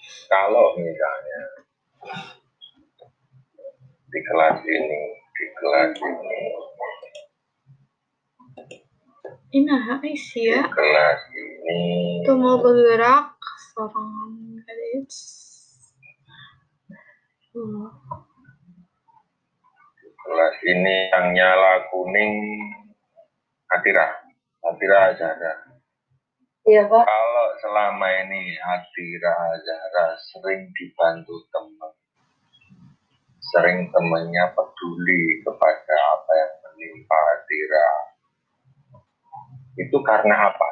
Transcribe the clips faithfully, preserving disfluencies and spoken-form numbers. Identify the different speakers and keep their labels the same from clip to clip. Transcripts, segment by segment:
Speaker 1: Kalau misalnya di kelas ini, di kelas ini,
Speaker 2: ini habis ya.
Speaker 1: Di kelas ini.
Speaker 2: Tuh mau bergerak seorang gadis. Hmm.
Speaker 1: Di kelas ini yang nyala kuning Atira, Atira Azhara.
Speaker 3: Iya Pak.
Speaker 1: Kalau selama ini Atira Azhara sering dibantu teman, sering temannya peduli kepada apa yang menimpa Atira, itu karena apa?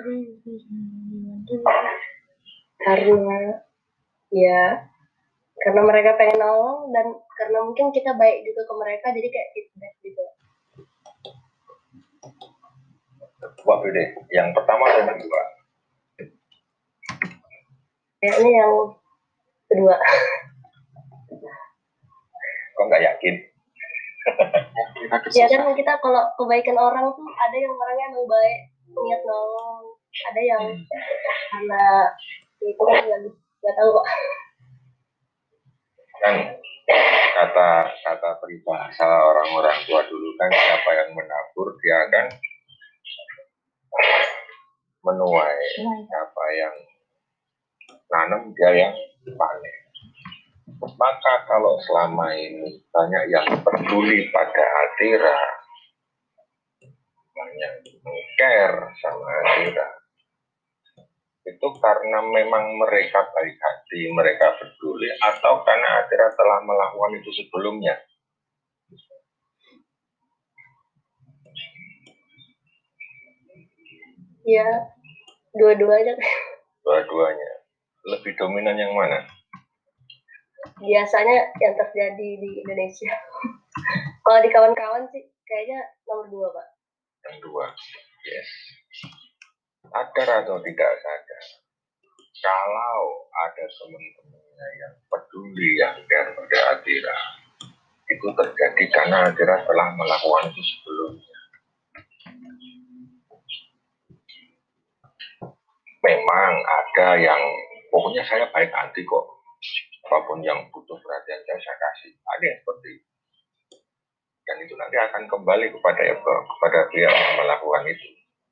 Speaker 3: Karena ya karena mereka pengen nolong dan karena mungkin kita baik juga ke mereka, jadi kayak feedback gitu.
Speaker 1: Wah deh, yang pertama atau yang kedua?
Speaker 3: Kayaknya yang kedua.
Speaker 1: Kok nggak yakin?
Speaker 3: Ya kan kita kalau kebaikan orang tuh ada yang orangnya emang baik, niat nolong, ada yang hmm. karena itu kan nggak tahu Pak.
Speaker 1: Kan kata kata peribahasa orang-orang tua dulu kan, siapa yang menabur dia akan menuai, siapa yang nanam dia yang panen. Maka kalau selama ini banyak yang peduli pada Atira, banyak care sama Atira, itu karena memang mereka baik hati, mereka peduli, atau karena Atira telah melakukan itu sebelumnya?
Speaker 3: Ya, dua-duanya.
Speaker 1: Dua-duanya. Lebih dominan yang mana?
Speaker 3: Biasanya yang terjadi di Indonesia. Kalau di kawan-kawan sih kayaknya nomor dua Pak.
Speaker 1: Yang dua, yes. Sadar atau tidak sadar, kalau ada teman-temannya yang peduli, yang care pada Atira, itu terjadi karena Atira telah melakukan itu sebelumnya. Memang ada yang pokoknya saya baik hati kok, apapun yang butuh perhatian saya, saya kasih. Ada yang seperti itu. Dan itu nanti akan kembali kepada kepada pihak yang melakukan itu.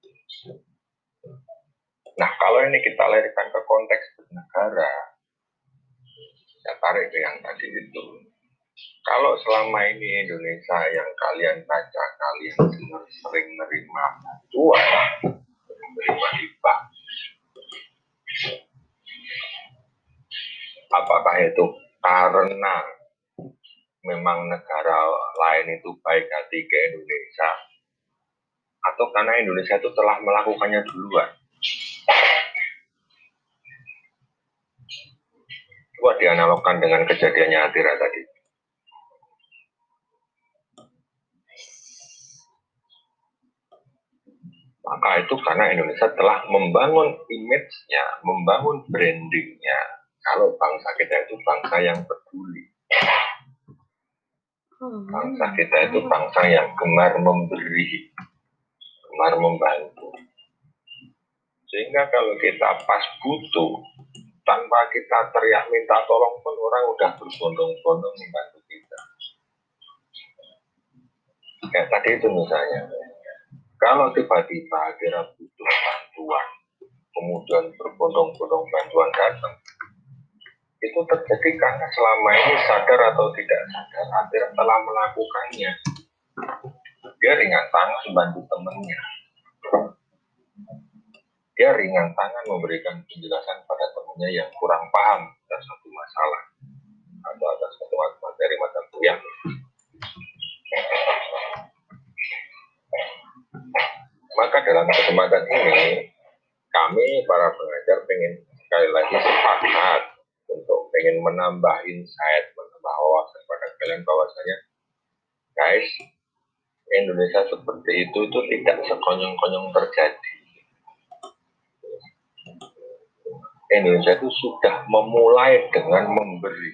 Speaker 1: Nah, kalau ini kita larikan ke konteks negara, saya tarik ke yang tadi itu. Kalau selama ini Indonesia yang kalian baca, kalian sering menerima bantuan, menerima hibah, apakah itu karena memang negara lain itu baik hati ke Indonesia, atau karena Indonesia itu telah melakukannya duluan? Coba dianalogkan dengan kejadiannya Atira tadi. Maka itu karena Indonesia telah membangun image-nya, membangun branding-nya. Kalau bangsa kita itu bangsa yang peduli. Bangsa kita itu bangsa yang gemar memberi, gemar membantu. Sehingga kalau kita pas butuh, tanpa kita teriak minta tolong pun orang udah berbondong-bondong membantu kita. Kayak tadi itu misalnya, kalau tiba-tiba Atira butuh bantuan, kemudian berbondong-bondong bantuan datang, itu terjadi karena selama ini sadar atau tidak sadar Atira telah melakukannya. Dia ringan tangan bantu temannya. Dia ringan tangan memberikan penjelasan pada temannya yang kurang paham atas satu masalah atau atas satu materi mata kuliah. Maka dalam kesempatan ini, kami para pengajar pengen sekali lagi sepakat untuk pengen menambah insight, menambah wawasan pada kalian bahwasanya, guys, Indonesia seperti itu itu tidak sekonyong-konyong terjadi. Indonesia itu sudah memulai dengan memberi.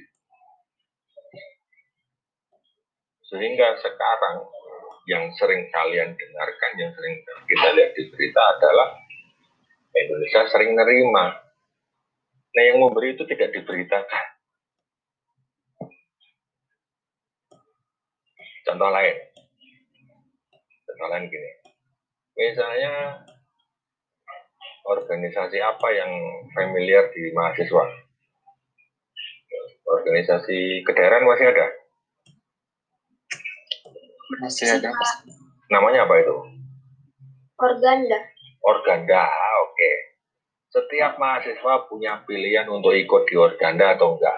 Speaker 1: Sehingga sekarang yang sering kalian dengarkan, yang sering kita lihat di berita adalah Indonesia sering nerima. Nah, yang memberi itu tidak diberitakan. Contoh lain. Contoh lain gini. Misalnya organisasi apa yang familiar di mahasiswa? Organisasi kedaerahan masih ada?
Speaker 4: Masih ada.
Speaker 1: Namanya apa itu?
Speaker 3: Organda.
Speaker 1: Organda, oke. Okay. Setiap mahasiswa punya pilihan untuk ikut di Organda atau enggak?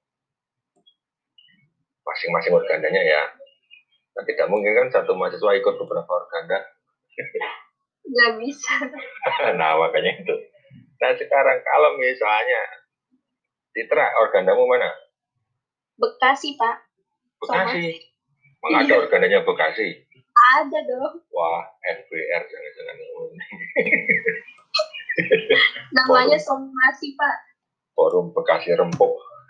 Speaker 1: Masing-masing organdanya ya. Nah, tidak mungkin kan satu mahasiswa ikut beberapa organda.
Speaker 2: Nggak bisa.
Speaker 1: Nah, makanya itu. Nah, sekarang kalau misalnya Citra, organdamu mana?
Speaker 3: Bekasi, Pak.
Speaker 1: Bekasi. Emang ada organdanya Bekasi?
Speaker 3: Ada dong.
Speaker 1: Wah, F B R jangan-jangan.
Speaker 3: Namanya Somasi, Pak.
Speaker 1: Forum Bekasi Rempuk.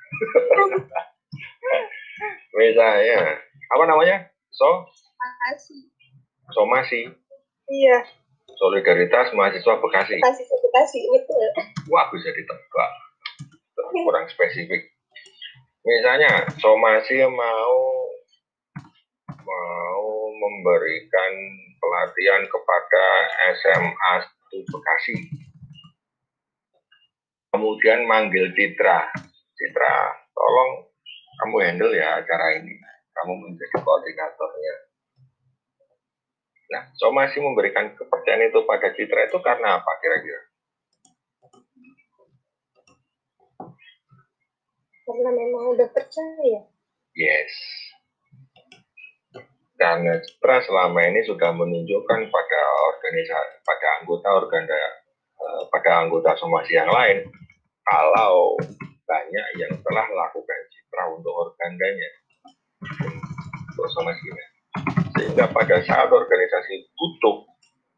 Speaker 1: Misalnya, apa namanya? So?
Speaker 3: Bekasi.
Speaker 1: Somasi.
Speaker 3: Iya.
Speaker 1: Solidaritas Mahasiswa Bekasi.
Speaker 3: Bekasi, Bekasi, betul.
Speaker 1: Wah, bisa ditebak. Kurang spesifik. Misalnya, Somasi mau mau memberikan pelatihan kepada S M A satu Bekasi. Kemudian manggil Citra. Citra, tolong kamu handle ya acara ini. Kamu menjadi koordinatornya. Nah, Somasi memberikan kepercayaan itu pada Citra itu karena apa kira-kira?
Speaker 3: Karena memang udah percaya.
Speaker 1: Yes. Karena Citra selama ini sudah menunjukkan pada organisasi, pada anggota organda, eh, pada anggota Somasi yang lain, kalau banyak yang telah lakukan Citra untuk organdanya, untuk Somasinya. Sehingga pada saat organisasi butuh,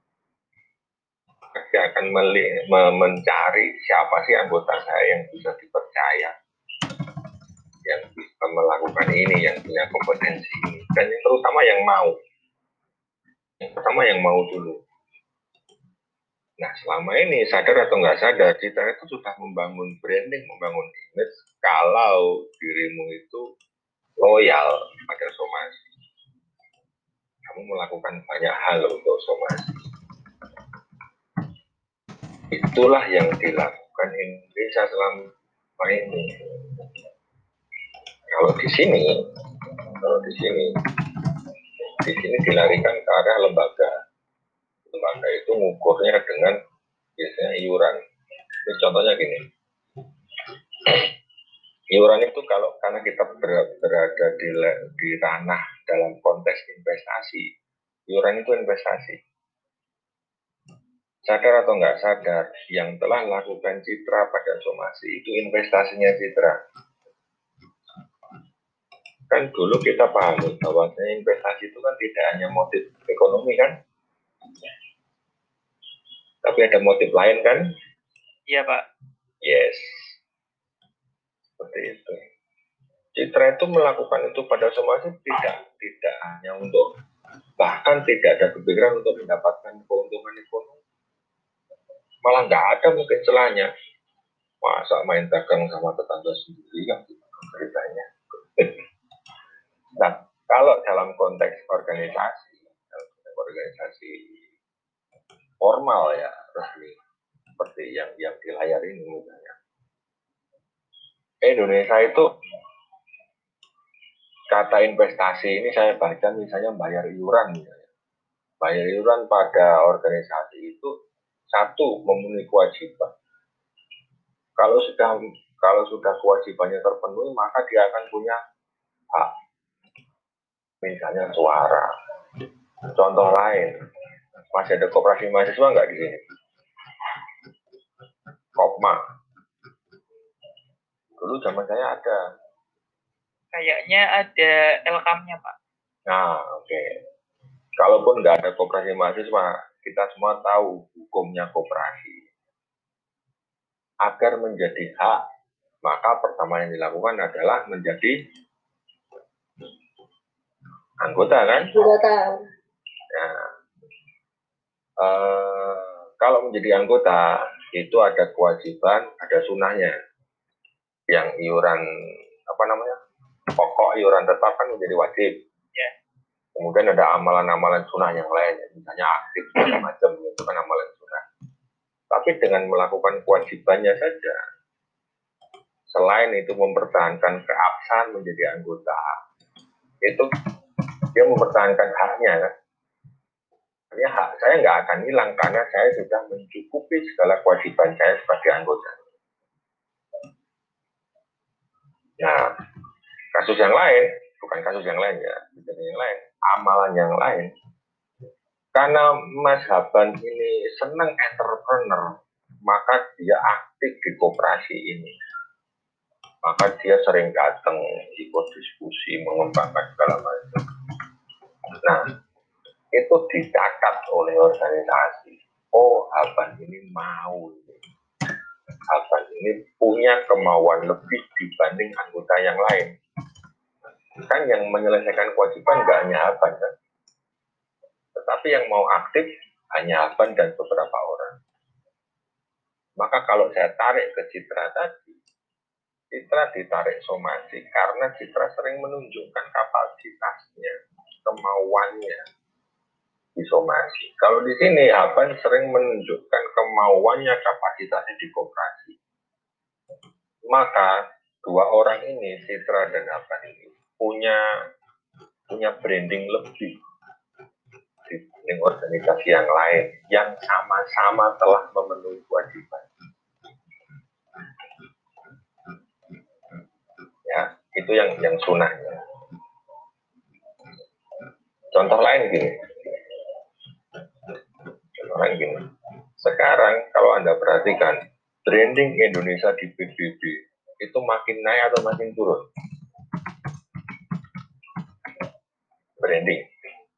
Speaker 1: dia akan meli- mencari siapa sih anggota saya yang bisa dipercaya, yang bisa melakukan ini, yang punya kompetensi ini, dan yang terutama yang mau. Yang pertama yang mau dulu. Nah, selama ini sadar atau nggak sadar, Citra itu sudah membangun branding, membangun image, kalau dirimu itu loyal pada Somasi. Kamu melakukan banyak hal untuk Somasi. Itulah yang dilakukan Indonesia selama ini. Kalau di sini, kalau di sini, di sini dilarikan ke arah lembaga. Lembaga itu ngukurnya dengan biasanya iuran. Ini contohnya gini. Iuran itu kalau karena kita berada di, di ranah dalam konteks investasi, iuran itu investasi. Sadar atau nggak sadar, yang telah lakukan Citra pada Somasi itu investasinya Citra. Kan dulu kita pahami bahwa investasi itu kan tidak hanya motif ekonomi kan, tapi ada motif lain kan?
Speaker 4: Iya, Pak.
Speaker 1: Yes. Seperti itu. Citra itu melakukan itu pada Somasi tidak tidak hanya untuk, bahkan tidak ada kepikiran untuk mendapatkan keuntungan ekonomi. Malah nggak ada mungkin celahnya. Masa main dagang sama tetangga sendiri yang ceritanya. Nah, kalau dalam konteks organisasi, dalam konteks organisasi formal ya, resmi, seperti yang yang di layar ini misalnya. Indonesia itu kata investasi ini saya baca misalnya bayar iuran misalnya. Bayar iuran pada organisasi itu satu memenuhi kewajiban. Kalau sudah kalau sudah kewajibannya terpenuhi maka dia akan punya hak. Misalnya suara. Contoh lain, masih ada koperasi mahasiswa nggak di sini? Kopma. Dulu zaman saya ada.
Speaker 4: Kayaknya ada L K M-nya, Pak.
Speaker 1: Nah, oke. Okay. Kalaupun nggak ada koperasi mahasiswa, kita semua tahu hukumnya koperasi. Agar menjadi hak, maka pertama yang dilakukan adalah menjadi anggota kan?
Speaker 3: Anggota.
Speaker 1: Nah, eh, kalau menjadi anggota itu ada kewajiban, ada sunahnya. yang iuran apa namanya pokok iuran tetap kan menjadi wajib.
Speaker 4: Ya.
Speaker 1: Kemudian ada amalan-amalan sunnah yang lain, misalnya aktif segala macam, itu kan amalan sunnah. Tapi dengan melakukan kewajibannya saja, selain itu mempertahankan keabsahan menjadi anggota, itu dia mempertahankan haknya kan. Artinya hak saya nggak akan hilang karena saya sudah mencukupi segala kewajiban saya sebagai anggota. Nah, kasus yang lain, bukan kasus yang lain ya, kasus yang lain, amalan yang lain. Karena Mas Haban ini senang entrepreneur, maka dia aktif di koperasi ini. Maka dia sering datang, ikut diskusi, mengembangkan segala macam. Nah, itu dicatat oleh organisasi. Oh, Haban ini mau. Haban ini punya kemauan lebih dibanding anggota yang lain. Kan yang menyelesaikan kewajiban nggak hanya Haban kan? Tetapi yang mau aktif hanya Haban dan beberapa orang. Maka kalau saya tarik ke Citra tadi, Citra ditarik somasi karena Citra sering menunjukkan kapasitasnya, kemauannya di somasi. Kalau di sini Haban sering menunjukkan kemauannya, kapasitasnya di koperasi. Maka dua orang ini, Citra dan Haban ini punya punya branding lebih dibanding organisasi yang lain yang sama-sama telah memenuhi kewajiban. Ya, itu yang yang sunnahnya. Contoh lain gini. Contoh lain gini. Sekarang kalau Anda perhatikan branding Indonesia di P B B itu makin naik atau makin turun? Branding.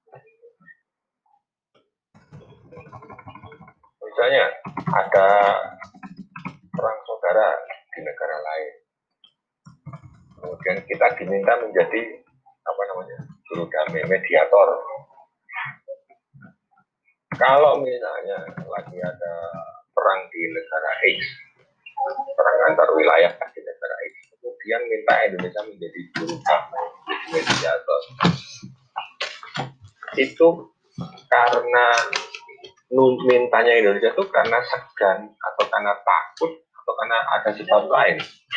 Speaker 1: Misalnya ada perang saudara di negara lain. Kemudian kita diminta menjadi apa namanya juru damai mediator. Kalau misalnya lagi ada perang di negara X, perang antar wilayah di negara X, kemudian minta Indonesia menjadi juru damai mediator, itu karena mintanya Indonesia itu karena segan atau karena takut atau karena ada sebab lain.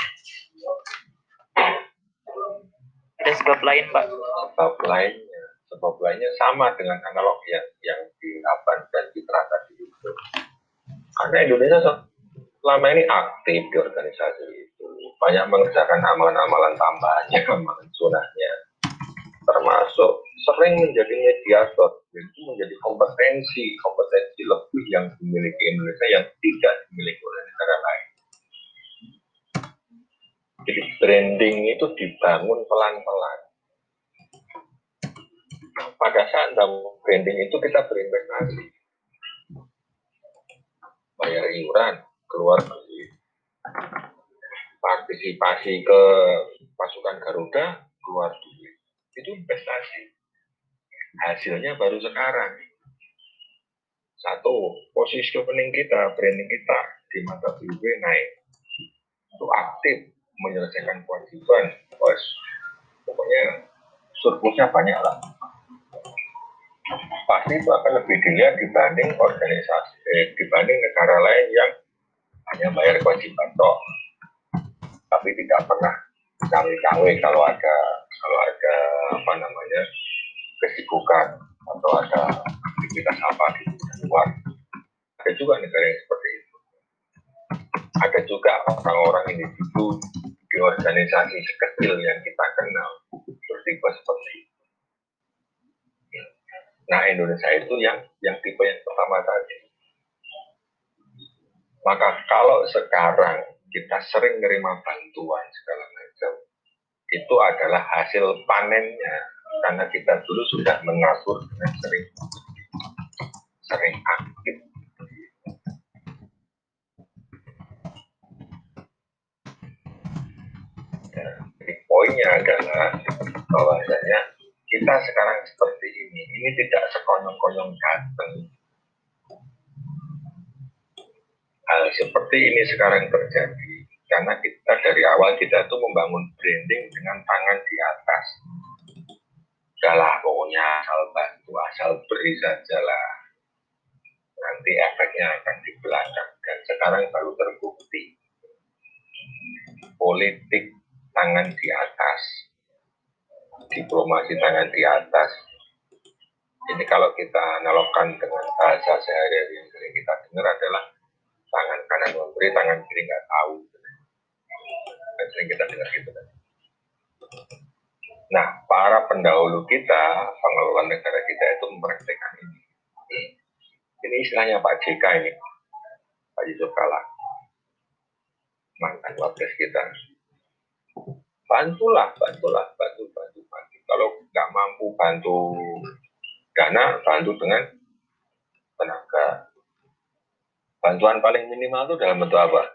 Speaker 4: Ada sebab lain, Pak.
Speaker 1: Sebab lainnya, sebab lainnya sama dengan analog yang yang di Haban dan Citra tadi itu. Karena Indonesia selama ini aktif di organisasi itu, banyak mengerjakan amalan-amalan tambahannya, amalan sunnahnya, termasuk sering menjadi mediator, itu menjadi kompetensi, kompetensi lebih yang dimiliki Indonesia yang tidak dimiliki oleh negara lain. Jadi branding itu dibangun pelan-pelan. Pada saat dalam branding itu kita berinvestasi, bayar iuran, keluar duit, partisipasi ke pasukan Garuda, keluar duit, itu investasi. Hasilnya baru sekarang. Satu, positioning kita, branding kita di mata B B naik, itu aktif menyelesaikan kewajiban, bos. Pokoknya surplusnya banyak lah. Pasti itu akan lebih dilihat dibanding organisasi, eh, dibanding negara lain yang hanya bayar kewajiban toh, tapi tidak pernah cawe-cawe kalau ada kalau ada apa namanya kesibukan atau ada aktivitas apa di luar. Ada juga negara yang seperti itu. Ada juga orang-orang individu di organisasi sekecil yang kita kenal bertipe seperti itu. Nah, Indonesia itu yang yang tipe yang pertama tadi. Maka kalau sekarang kita sering menerima bantuan segala macam, itu adalah hasil panennya karena kita dulu sudah mengatur dengan sering sering aktif. Ya, jadi poinnya adalah bahwasanya kita sekarang seperti ini, ini tidak sekonyong-konyong datang. Hal seperti ini sekarang terjadi karena kita dari awal kita itu membangun branding dengan tangan di atas. Udahlah, pokoknya asal bantu, asal beri saja lah. Nanti efeknya akan di belakang. Dan sekarang baru terbukti. Politik tangan di atas. Diplomasi tangan di atas. Ini kalau kita analogkan dengan bahasa sehari-hari yang sering kita dengar adalah tangan kanan memberi, tangan kiri nggak tahu. Dan sering kita dengar gitu kan. Nah, para pendahulu kita, pengelola negara kita itu mempraktekkan ini. Ini istilahnya Pak J K ini, Pak Yusuf Kala, mantan wapres kita. Bantulah, bantulah, bantu, bantu, bantu. Kalau nggak mampu bantu dana, bantu dengan tenaga. Bantuan paling minimal itu dalam bentuk apa?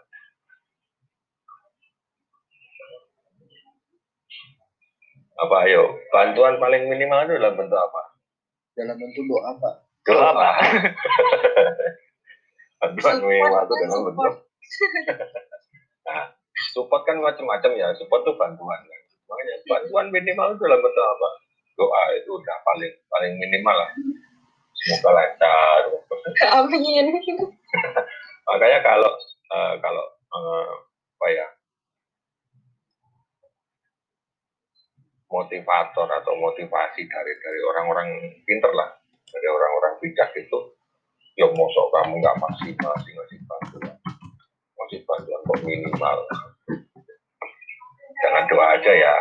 Speaker 1: Apa ayo? Bantuan paling minimal itu dalam bentuk apa?
Speaker 5: Dalam bentuk doa, Pak.
Speaker 1: Doa, Pak. Bantuan minimal itu dalam bentuk. Nah, support kan macam-macam ya. Support itu bantuan. Kan? Makanya bantuan minimal itu dalam bentuk apa? Doa itu udah paling paling minimal lah. Semoga lancar.
Speaker 3: Amin.
Speaker 1: Makanya kalau uh, kalau uh, apa ya, motivator atau motivasi dari dari orang-orang pinter lah, dari orang-orang bijak itu, ya mosok kamu nggak maksimal sih ngasih bantuan, ngasih bantuan kok minimal, jangan doa aja ya,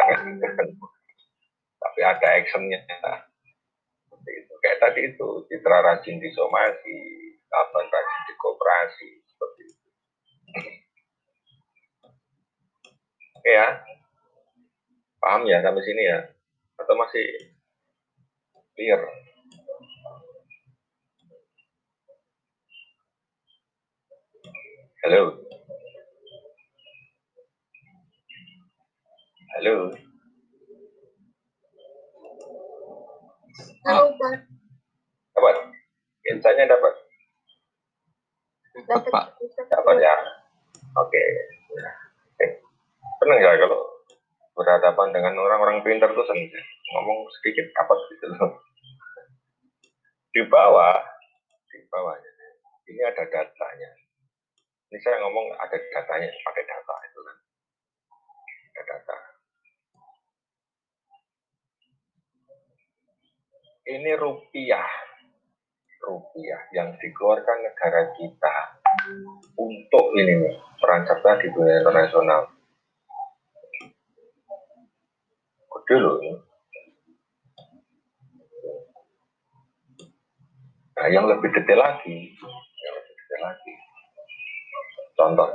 Speaker 1: tapi ada actionnya. Seperti itu. Kayak tadi itu, Citra rajin di somasi, Kapan rajin di koperasi, seperti itu. Oke ya, paham ya sampai sini ya? Atau masih clear? Halo? Halo?
Speaker 2: Dapat.
Speaker 1: Dapat? Insight-nya dapat?
Speaker 2: Dapat.
Speaker 5: Pak.
Speaker 1: Dapat ya? Oke. Ya. Eh, senang ya kalau berhadapan dengan orang-orang pintar tuh senang. Ngomong sedikit dapat gitu loh. Di bawah, di bawahnya, ini ada datanya. Ini saya ngomong ada datanya, pakai data itu kan. Ada data. Ini rupiah. Rupiah yang dikeluarkan negara kita untuk ini peran serta di dunia internasional. Gede loh ini. Nah, yang lebih detail lagi, yang lebih detail lagi. Contoh,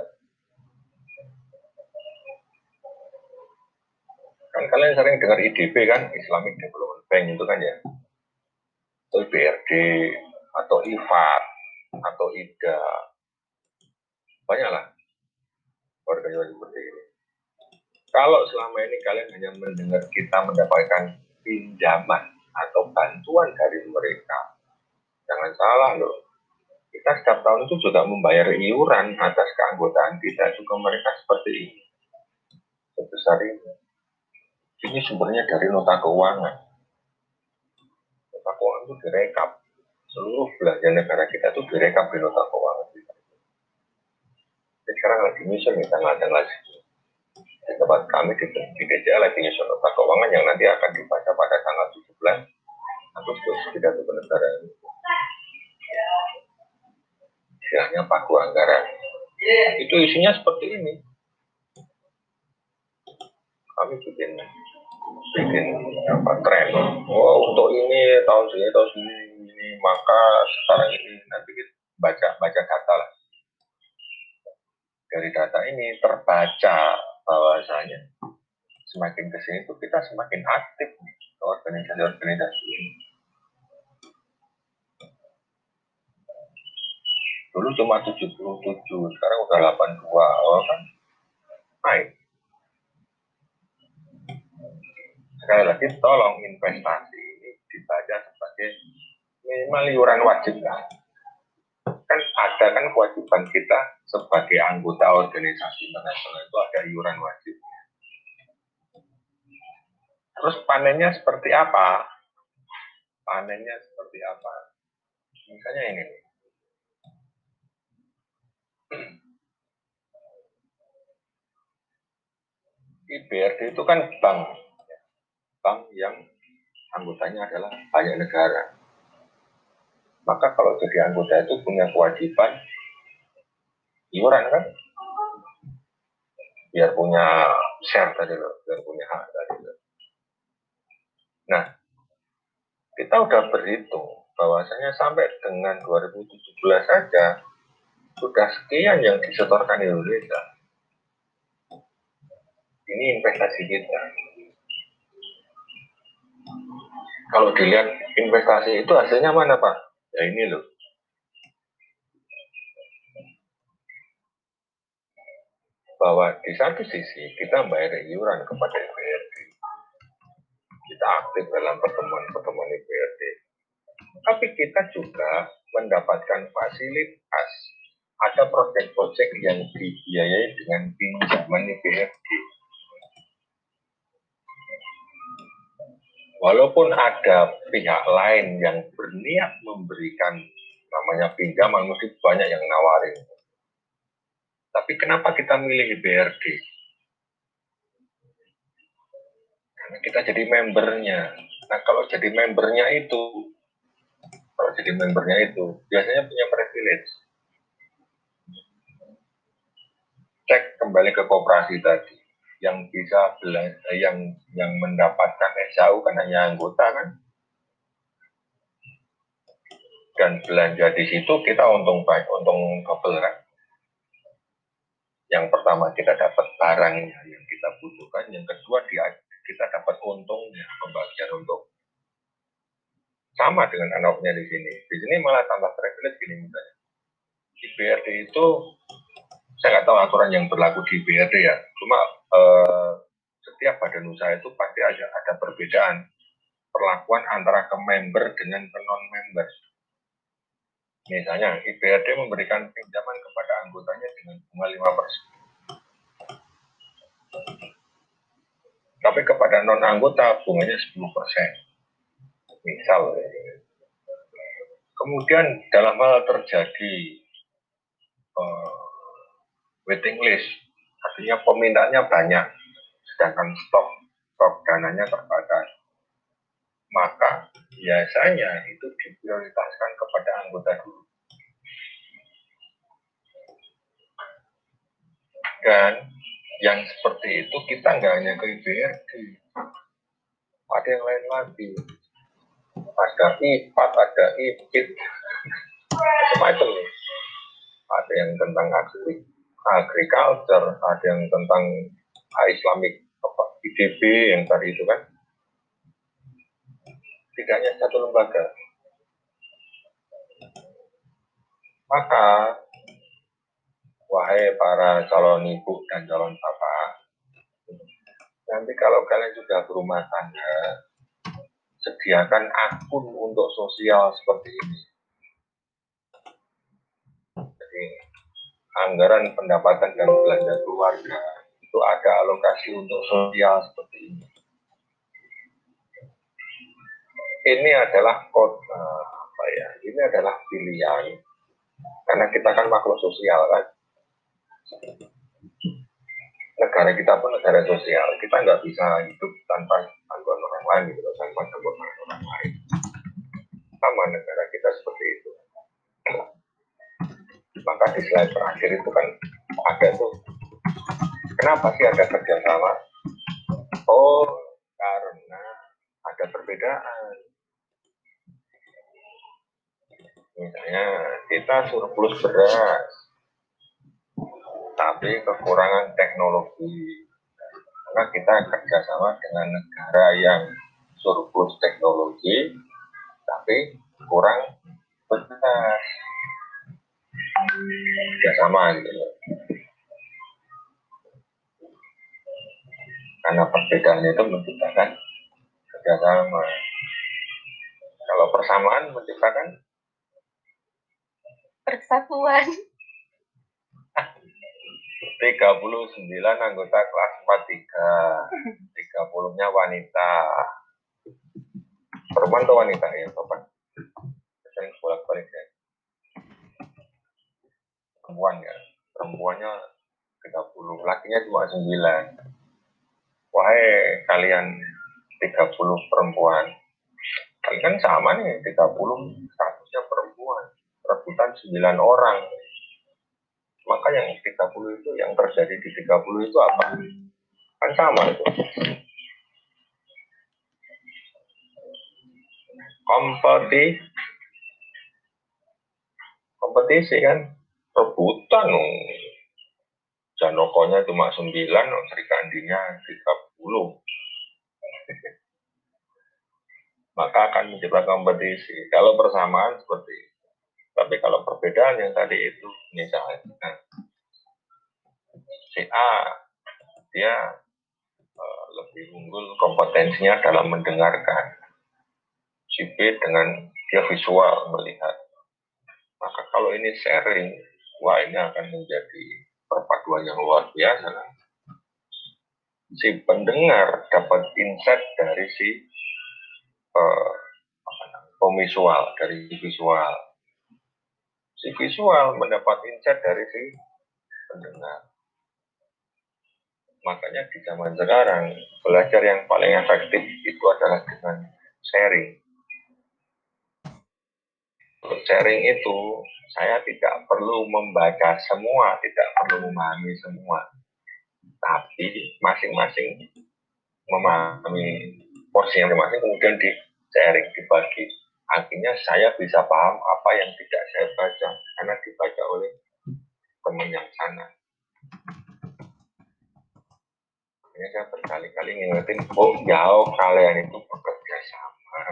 Speaker 1: kan kalian sering dengar I D B kan, Islamic Development Bank itu kan ya, atau I B R D, atau I F A D, atau I D A, banyaklah organisasi seperti ini. Kalau selama ini kalian hanya mendengar kita mendapatkan pinjaman atau bantuan dari mereka, jangan salah loh. Kita setiap tahun itu juga membayar iuran atas keanggotaan kita juga mereka seperti ini. Sebesar ini. Ini sumbernya dari nota keuangan. Nota keuangan itu direkap. Seluruh belanja negara kita itu direkap di nota keuangan kita. Jadi sekarang lagi nyusun nih tanggal-tanggal di tempat kami di, di D J A lagi nyusun nota keuangan yang nanti akan dibaca pada tanggal tujuh belas Agustus pidato kenegaraan. Istilahnya paku anggaran. Itu isinya seperti ini. Kami bikin bikin apa tren. Oh, untuk ini tahun segini tahun segini ini maka sekarang ini nanti kita baca baca data lah. Dari data ini terbaca bahwasanya semakin kesini itu kita semakin aktif nih organisasi-organisasi ini. Dulu cuma tujuh puluh tujuh, sekarang udah delapan puluh dua, oh kan naik. Sekali lagi tolong investasi ini dibaca sebagai minimal iuran wajib lah. kan ada kan kewajiban kita sebagai anggota organisasi internasional itu ada iuran wajib. Terus panennya seperti apa? Panennya seperti apa? Misalnya ini. I B R D itu kan bank, bank yang anggotanya adalah banyak negara. Maka kalau jadi anggota itu punya kewajiban iuran kan? Biar punya share tadi loh, biar punya hak tadi loh. Nah, kita udah berhitung bahwasanya sampai dengan dua ribu tujuh belas saja sudah sekian yang disetorkan Indonesia. Ini investasi kita. Kalau dilihat investasi itu hasilnya mana Pak? Ya ini loh. Bahwa di satu sisi kita bayar iuran kepada I B R D. Kita aktif dalam pertemuan-pertemuan I B R D. Tapi kita juga mendapatkan fasilitas. Ada proyek-proyek yang dibiayai dengan pinjaman I B R D. Walaupun ada pihak lain yang berniat memberikan namanya pinjaman, mesti banyak yang nawarin. Tapi kenapa kita milih I B R D? Karena kita jadi membernya. Nah kalau jadi membernya itu, kalau jadi membernya itu, biasanya punya privilege. Cek kembali ke koperasi tadi. Yang bisa belanja, yang yang mendapatkan S H U kan hanya anggota kan, dan belanja di situ kita untung baik, untung double kan. Yang pertama kita dapat barangnya yang kita butuhkan, yang kedua dia kita dapat untungnya, pembagian untung. Sama dengan anaknya di sini. Di sini malah tambah privilege gini misalnya. I B R D itu saya nggak tahu aturan yang berlaku di I B R D ya. Cuma eh, setiap badan usaha itu pasti ada ada perbedaan perlakuan antara ke member dengan ke non member. Misalnya I B R D memberikan pinjaman kepada anggotanya dengan bunga lima persen. Tapi kepada non anggota bunganya sepuluh persen. Misal. Kemudian dalam hal terjadi uh, waiting list, artinya peminatnya banyak, sedangkan stok stok dananya terbatas, maka biasanya itu diprioritaskan kepada anggota dulu. Dan yang seperti itu kita nggak hanya ke I B R D, ada yang lain lagi, ada I P A D, ada I P I D, macam-macam nih. Ada yang tentang agri, agriculture, ada yang tentang Islamic apa, I D B yang tadi itu kan. Tidak hanya satu lembaga. Maka wahai para calon ibu dan calon bapak, nanti kalau kalian juga berumah tangga, sediakan akun untuk sosial seperti ini. Jadi anggaran pendapatan dan belanja keluarga itu ada alokasi untuk sosial seperti ini. Ini adalah kota apa ya? Ini adalah pilihan karena kita kan makhluk sosial kan. Negara kita pun negara sosial, kita nggak bisa hidup tanpa bantuan orang lain gitu, tanpa bantuan orang lain. Sama negara kita seperti itu. Maka di slide terakhir itu kan ada tuh, kenapa sih ada kerjasama? Oh, karena ada perbedaan. Misalnya kita surplus beras, tapi kekurangan teknologi. Maka kita kerjasama dengan negara yang surplus teknologi, tapi kurang beras. Kerjasama gitu. Karena perbedaan itu menciptakan kerjasama. Kalau persamaan menciptakan
Speaker 3: Persatuan.
Speaker 1: tiga puluh sembilan anggota kelas empat tiga. tiga puluh-nya wanita. Perempuan atau wanita ya, Bapak? Sering bolak-balik ya. Perempuan ya. Perempuannya tiga puluh, lakinya cuma sembilan. Wahai kalian tiga puluh perempuan. Kalian kan sama nih, tiga puluh statusnya perempuan. Rebutan sembilan orang. Maka yang tiga puluh itu, yang terjadi di tiga puluh itu apa? Kan sama itu. Kompetisi, kompetisi kan, rebutan dong. Janokonya cuma sembilan, Sri Kandinya tiga puluh. Maka akan menciptakan kompetisi. Kalau persamaan seperti itu. Tapi kalau perbedaan yang tadi itu, misalnya si A, dia uh, lebih unggul kompetensinya dalam mendengarkan. Si B dengan dia visual melihat. Maka kalau ini sharing, wah ini akan menjadi perpaduan yang luar biasa. Si pendengar dapat insight dari si uh, visual, dari si visual. Si visual mendapat insight dari si pendengar. Makanya di zaman sekarang, belajar yang paling efektif itu adalah dengan sharing. Untuk sharing itu, saya tidak perlu membaca semua, tidak perlu memahami semua. Tapi masing-masing memahami porsi yang masing-masing, kemudian di sharing, dibagi. Akhirnya saya bisa paham apa yang tidak saya baca, karena dibaca oleh teman yang sana. Akhirnya saya berkali-kali ngingetin, oh jauh kalian itu bekerja sama.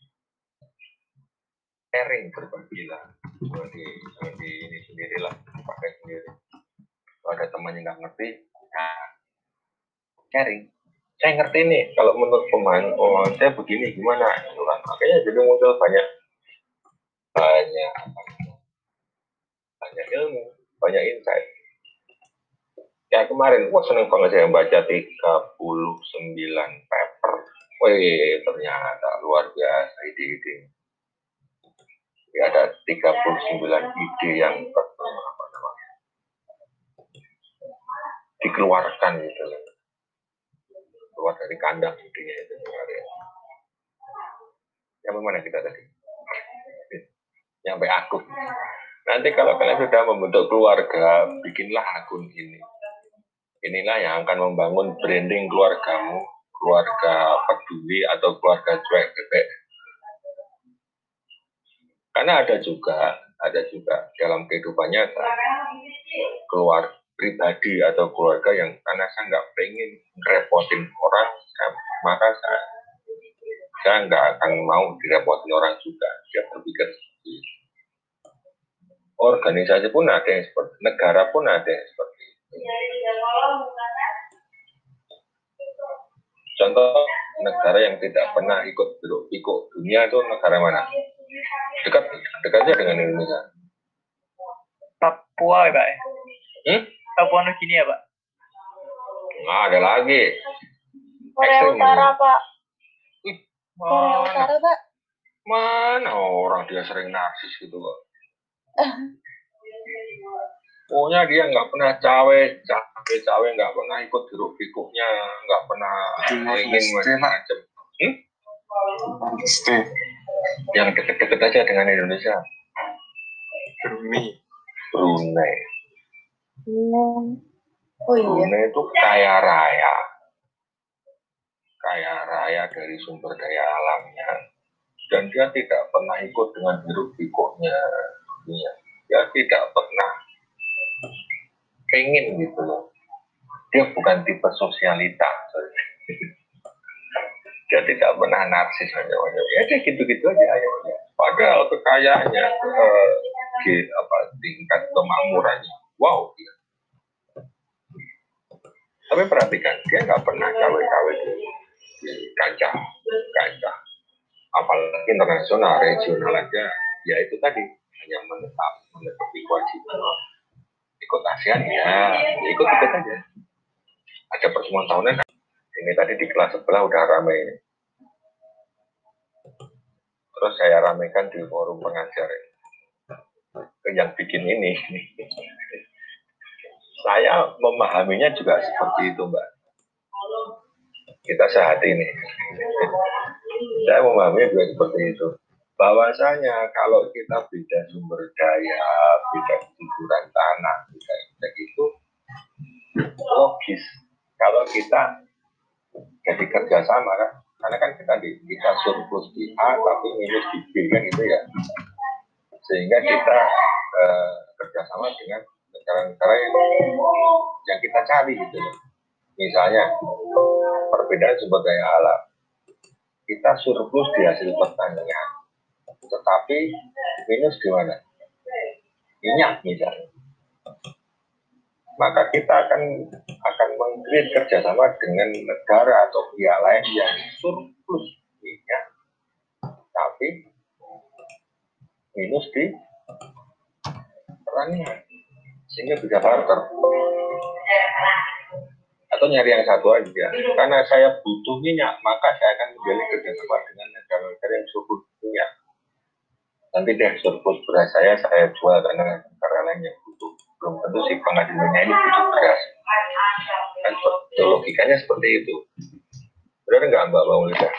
Speaker 1: Sharing berbagilah, jangan di, jangan di ini sendirilah, pakai sendiri. Kalau ada teman yang nggak ngerti, nah, sharing. Saya ngerti nih, kalau menurut pemain, oh saya begini gimana? Makanya jadi muncul banyak, banyak, banyak ilmu, banyak insight. Ya kemarin, wah seneng banget saya baca tiga puluh sembilan paper. Wih, ternyata luar biasa ide-ide. Ya, ada tiga puluh sembilan ide yang apa namanya, dikeluarkan gitu. Keluar dari kandang idenya itu. Yang mana kita tadi? Nyampe akun. Nanti kalau kalian sudah membentuk keluarga, bikinlah akun ini. Inilah yang akan membangun branding keluargamu, keluarga peduli atau keluarga cuek bebek. Karena ada juga, ada juga dalam kehidupan nyata, keluarga pribadi atau keluarga yang karena saya nggak pengen ngerepotin orang, maka saya, saya nggak akan mau direpotin orang juga. Dia berpikir seperti itu. Organisasi pun ada yang seperti, negara pun ada yang seperti itu. Contoh negara yang tidak pernah ikut ikut dunia itu negara mana? Dekat dekatnya dengan Indonesia.
Speaker 4: Papua ya Pak?
Speaker 1: Hmm?
Speaker 4: Papua Nugini ya Pak?
Speaker 1: Nggak ada lagi.
Speaker 3: Korea
Speaker 1: Ekstrim.
Speaker 3: Utara Pak.
Speaker 1: Ih,
Speaker 3: Korea
Speaker 1: mana?
Speaker 3: Utara Pak.
Speaker 1: Mana orang dia sering narsis gitu kok. Pokoknya dia nggak pernah cawe, cawe, cawe, nggak pernah ikut jeruk pikuknya, nggak pernah ingin macam-macam. Hmm? Yang deket-deket aja dengan Indonesia.
Speaker 5: Brunei.
Speaker 1: Brunei.
Speaker 2: Oh iya.
Speaker 1: Brunei itu kaya raya, kaya raya dari sumber daya alamnya, dan dia tidak pernah ikut dengan jeruk pikuknya dunia. Dia tidak pernah pengen gitu loh. Dia bukan tipe sosialita. Dia tidak pernah narsis aja. Ya dia gitu-gitu aja. Ayo, ayo. Padahal kekayaannya, eh, di, apa, tingkat kemakmurannya, wow. Ya. Tapi perhatikan, dia nggak pernah cawe-cawe di, di kancah, kancah. Apalagi internasional, regional aja. Ya itu tadi. hanya menetap menepi kewajiban ikut ASEAN ya, ya ikut ikut aja. Ada pertemuan tahunan ini tadi di kelas sebelah udah ramai ini. Terus saya ramekan di forum pengajar yang bikin ini. Saya memahaminya juga seperti itu, Mbak. Kita sehati ini. Saya memahaminya juga seperti itu. Bahwasanya kalau kita beda sumber daya, beda kesuburan tanah, beda itu logis. Kalau kita jadi kerjasama kan, karena kan kita di kita surplus di A tapi minus di B kan itu ya, sehingga kita eh, kerjasama dengan negara-negara yang yang kita cari gitu loh. Misalnya perbedaan sumber daya alam, kita surplus di hasil pertanian, tetapi minus di mana? Minyak misalnya. Maka kita akan akan mengkreat kerjasama dengan negara atau pihak lain yang surplus minyak, tapi minus di pertanian, sehingga bisa barter. Atau nyari yang satu aja. Karena saya butuh minyak, maka saya akan menjalin kerjasama dengan negara-negara yang surplus minyak. Nanti deh surplus beras saya saya jual karena negara lain yang butuh. Belum tentu si pengadilannya ini butuh beras. Kan logikanya seperti itu. Benar nggak Mbak Maulida?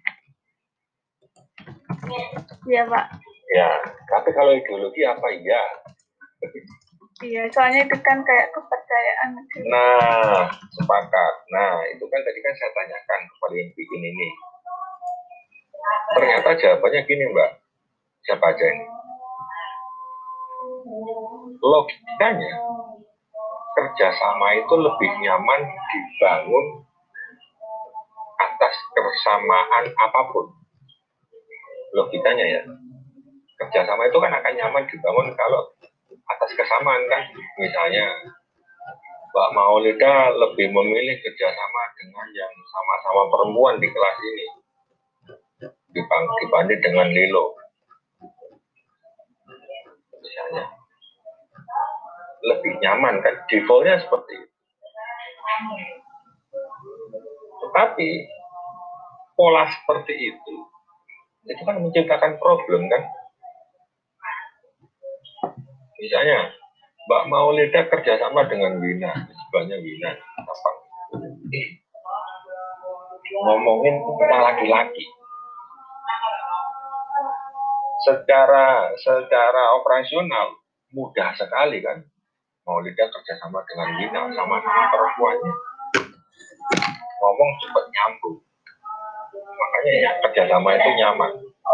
Speaker 2: Iya, Pak.
Speaker 1: Ya, tapi kalau ideologi apa iya?
Speaker 2: Iya, soalnya itu kan kayak kepercayaan.
Speaker 1: Nah, sepakat. Nah, itu kan tadi kan saya tanyakan kepada yang bikin ini. Ternyata jawabannya gini, Mbak. Siapa aja ini? Logikanya, kerjasama itu lebih nyaman dibangun atas kebersamaan apapun. Logikanya ya. Kerjasama itu kan akan nyaman dibangun kalau atas kesamaan kan. Misalnya Mbak Maulida lebih memilih kerjasama dengan yang sama-sama perempuan di kelas ini dibanding dengan Lilo misalnya, lebih nyaman kan, defaultnya seperti itu. Tetapi pola seperti itu itu kan menciptakan problem kan. Misalnya Mbak Maulida kerjasama dengan Wina, sebenarnya Wina apa? Ngomongin tentang laki-laki. Secara secara operasional mudah sekali kan. Maulida kerjasama dengan Wina, sama-sama perempuannya. Ngomong cepat nyambung. Makanya ya, kerjasama itu nyaman.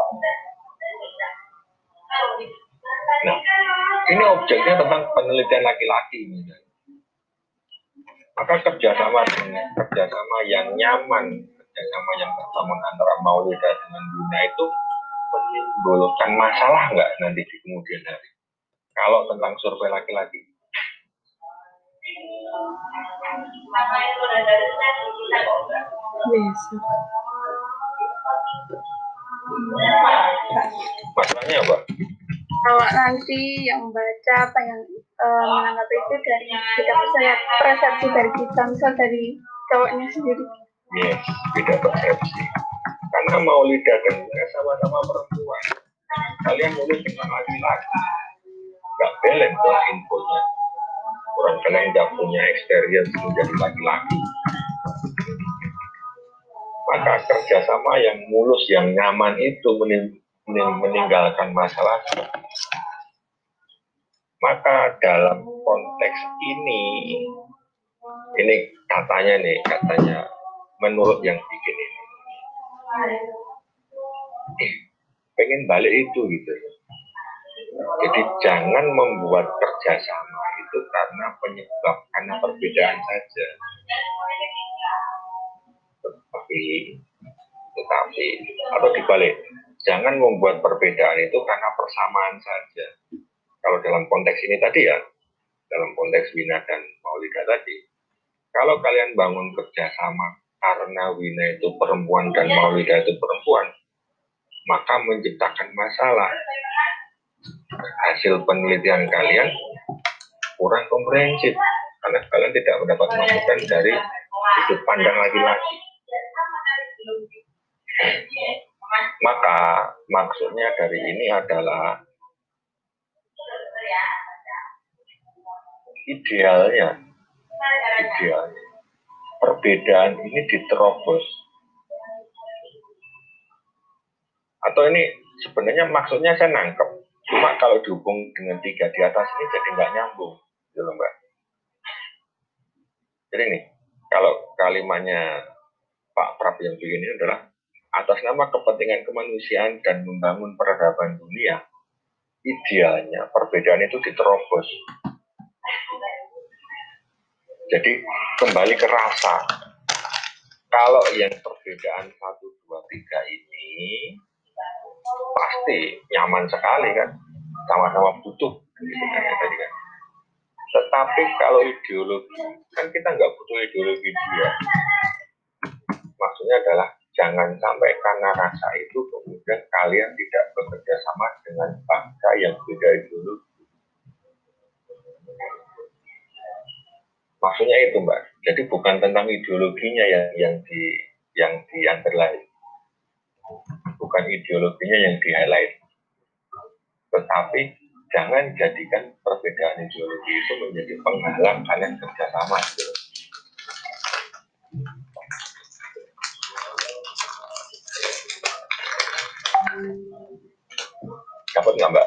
Speaker 1: Nah, ini objeknya tentang penelitian laki-laki misalnya. Maka kerjasama dengan kerjasama yang nyaman, kerjasama yang bersamaan antara Maulida dengan Wina itu menimbulkan masalah nggak nanti di kemudian hari? Kalau tentang survei laki-laki.
Speaker 2: Biasa.
Speaker 1: Masalahnya apa?
Speaker 2: Kalau nanti yang baca apa yang uh, menanggapi itu dari kita percaya persepsi dari kita, misal dari cowoknya sendiri.
Speaker 1: Yes, beda persepsi. Karena Maulida dan Wina sama-sama perempuan. Kalian nulis tentang laki-laki. Nggak balance tuh infonya. Orang kalian nggak punya experience menjadi laki-laki. Maka kerjasama yang mulus, yang nyaman itu mening mening meninggalkan masalah. Maka dalam konteks ini, ini katanya nih, katanya menurut yang bikin ini, eh, pengen balik itu gitu. Jadi jangan membuat kerjasama itu karena penyebab, karena perbedaan saja. Tetapi, tetapi atau dibalik, jangan membuat perbedaan itu karena persamaan saja. Kalau dalam konteks ini tadi ya, dalam konteks Wina dan Maulida tadi, kalau kalian bangun kerjasama karena Wina itu perempuan dan Maulida itu perempuan, maka menciptakan masalah. hasil penelitian kalian kurang komprehensif karena kalian tidak mendapat masukan dari sudut pandang laki-laki. Maka maksudnya dari ini adalah idealnya, idealnya perbedaan ini diterobos. Atau ini sebenarnya maksudnya saya nangkep, cuma kalau dihubung dengan tiga di atas ini jadi nggak nyambung, gitu loh Mbak. Jadi nih, kalau kalimatnya Pak Prab yang bikin ini adalah atas nama kepentingan kemanusiaan dan membangun peradaban dunia, idealnya perbedaan itu diterobos. Jadi kembali ke rasa. Kalau yang perbedaan satu, dua, tiga ini pasti nyaman sekali kan, sama-sama butuh gitu kan ya tadi kan. Tetapi kalau ideologi, kan kita nggak butuh ideologi dia. Maksudnya adalah jangan sampai karena rasa itu kemudian kalian tidak bekerja sama dengan bangsa yang beda ideologi. Maksudnya itu Mbak. Jadi bukan tentang ideologinya yang yang di yang di underline, bukan ideologinya yang di highlight, tetapi jangan jadikan perbedaan ideologi itu menjadi penghalang kalian kerjasama. Gitu. Dapat nggak Mbak?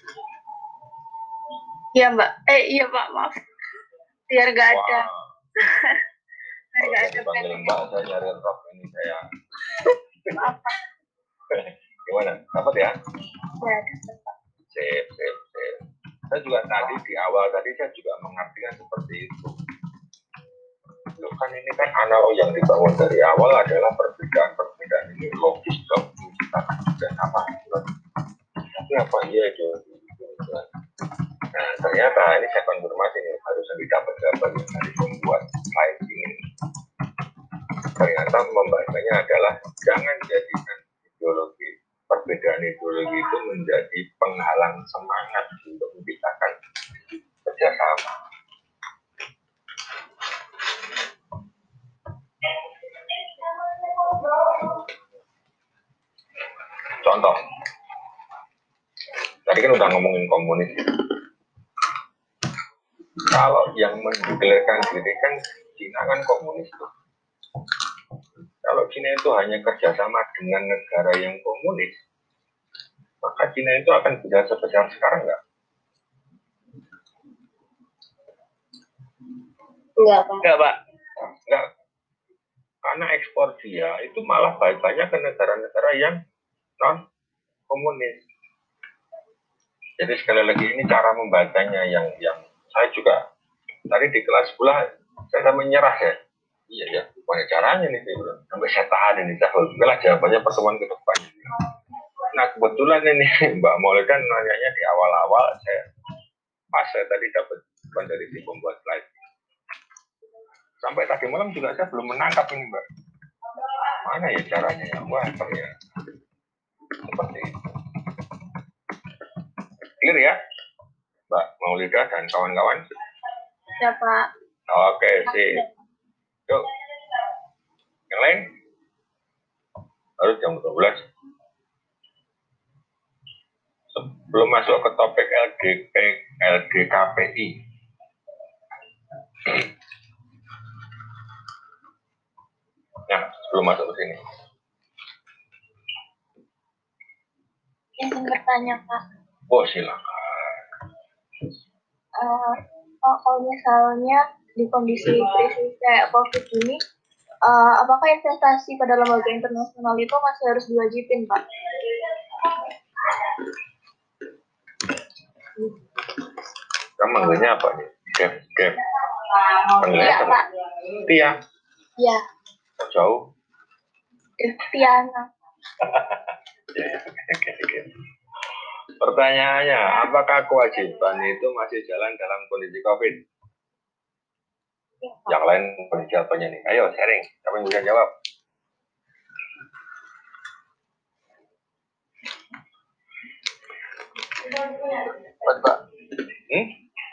Speaker 2: Iya Mbak. Eh iya Pak, maaf. Biar nggak ada. Biar nggak ada.
Speaker 1: Panggil Mbak, saya nyari rok ini saya.
Speaker 2: Maaf Pak.
Speaker 1: Gimana? Dapat ya?
Speaker 2: Ya, dapat Pak.
Speaker 1: Sip, sip, sip. Saya juga tadi di awal tadi saya juga mengartikan seperti itu. Loh, kan ini kan analog yang dibangun dari awal adalah perbedaan-perbedaan ini logis dong, kita kan juga sama gitu. Tapi apa iya itu? Nah ternyata ini saya konfirmasi nih, harusnya didapat gambar dari membuat slide ini. Ternyata membacanya adalah jangan jadikan ideologi, perbedaan ideologi itu menjadi penghalang semangat untuk menciptakan kerjasama. Contoh, tadi kan udah ngomongin komunis. Kalau yang mendeklarasikan diri kan Cina kan komunis tuh. Kalau Cina itu hanya kerjasama dengan negara yang komunis, maka Cina itu akan bisa sebesar sekarang nggak?
Speaker 3: Enggak, Pak.
Speaker 4: Enggak, Pak.
Speaker 1: Nggak. Karena ekspor dia itu malah banyak ke negara-negara yang non komunis. Jadi sekali lagi ini cara membacanya yang yang saya juga tadi di kelas pula saya sampai menyerah ya. Iya ya, banyak caranya nih saya bilang. Sampai saya tahan ini saya lah jawabannya pertemuan ke depan. Nah kebetulan ini Mbak Maulid kan nanyanya di awal-awal saya pas saya tadi dapat bukan dari si pembuat slide. Sampai tadi malam juga saya belum menangkap ini Mbak. Mana ya caranya ya? Wah ternyata seperti itu. Clear ya, Mbak Maulida dan kawan-kawan?
Speaker 2: Ya Pak.
Speaker 1: Oke, sih. Yuk. Yang lain? Harus jam dua belas. Sebelum masuk ke topik L D P, L D K P I. Nah, sebelum masuk ke sini.
Speaker 2: Izin bertanya Pak.
Speaker 1: Oh, silakan.
Speaker 2: Uh, oh, kalau misalnya di kondisi krisis kayak COVID ini, uh, apakah investasi pada lembaga internasional itu masih harus diwajibin, Pak?
Speaker 1: Kamu manggilnya apa nih? Gap, gap.
Speaker 2: Iya, Pak.
Speaker 1: Tia.
Speaker 2: Iya.
Speaker 1: Jauh.
Speaker 2: Tiana.
Speaker 1: Pertanyaannya, apakah kewajiban itu masih jalan dalam kondisi COVID? Yang lain kondisi apanya nih? Ayo sharing, siapa yang bisa jawab?
Speaker 5: Pak, Pak.
Speaker 1: Hmm?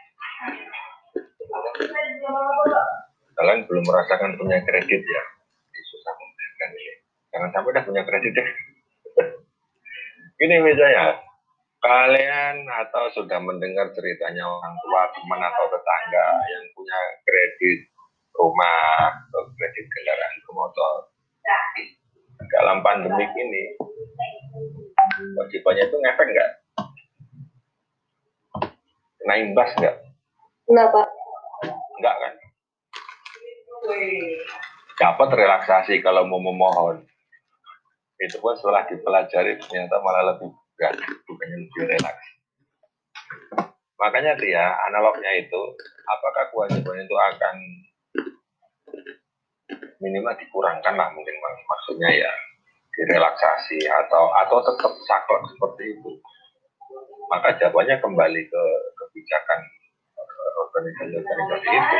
Speaker 1: Kalian belum merasakan punya kredit ya? Ini susah membayarkan ini. Jangan sampai udah punya kredit ya. Ini misalnya, kalian atau sudah mendengar ceritanya orang tua, teman atau tetangga yang punya kredit rumah atau kredit kendaraan bermotor. Dalam pandemik ini, kewajibannya itu ngefek nggak? Kena imbas nggak?
Speaker 3: Kenapa?
Speaker 1: Enggak kan? Dapat relaksasi kalau mau memohon. Itu pun setelah dipelajari ternyata malah lebih berat, bukannya lebih relaks. Makanya sih ya, analognya itu, apakah kewajiban itu akan minimal dikurangkan lah mungkin maksudnya ya, direlaksasi atau atau tetap saklek seperti itu. Maka jawabannya kembali ke kebijakan organisasi-organisasi itu.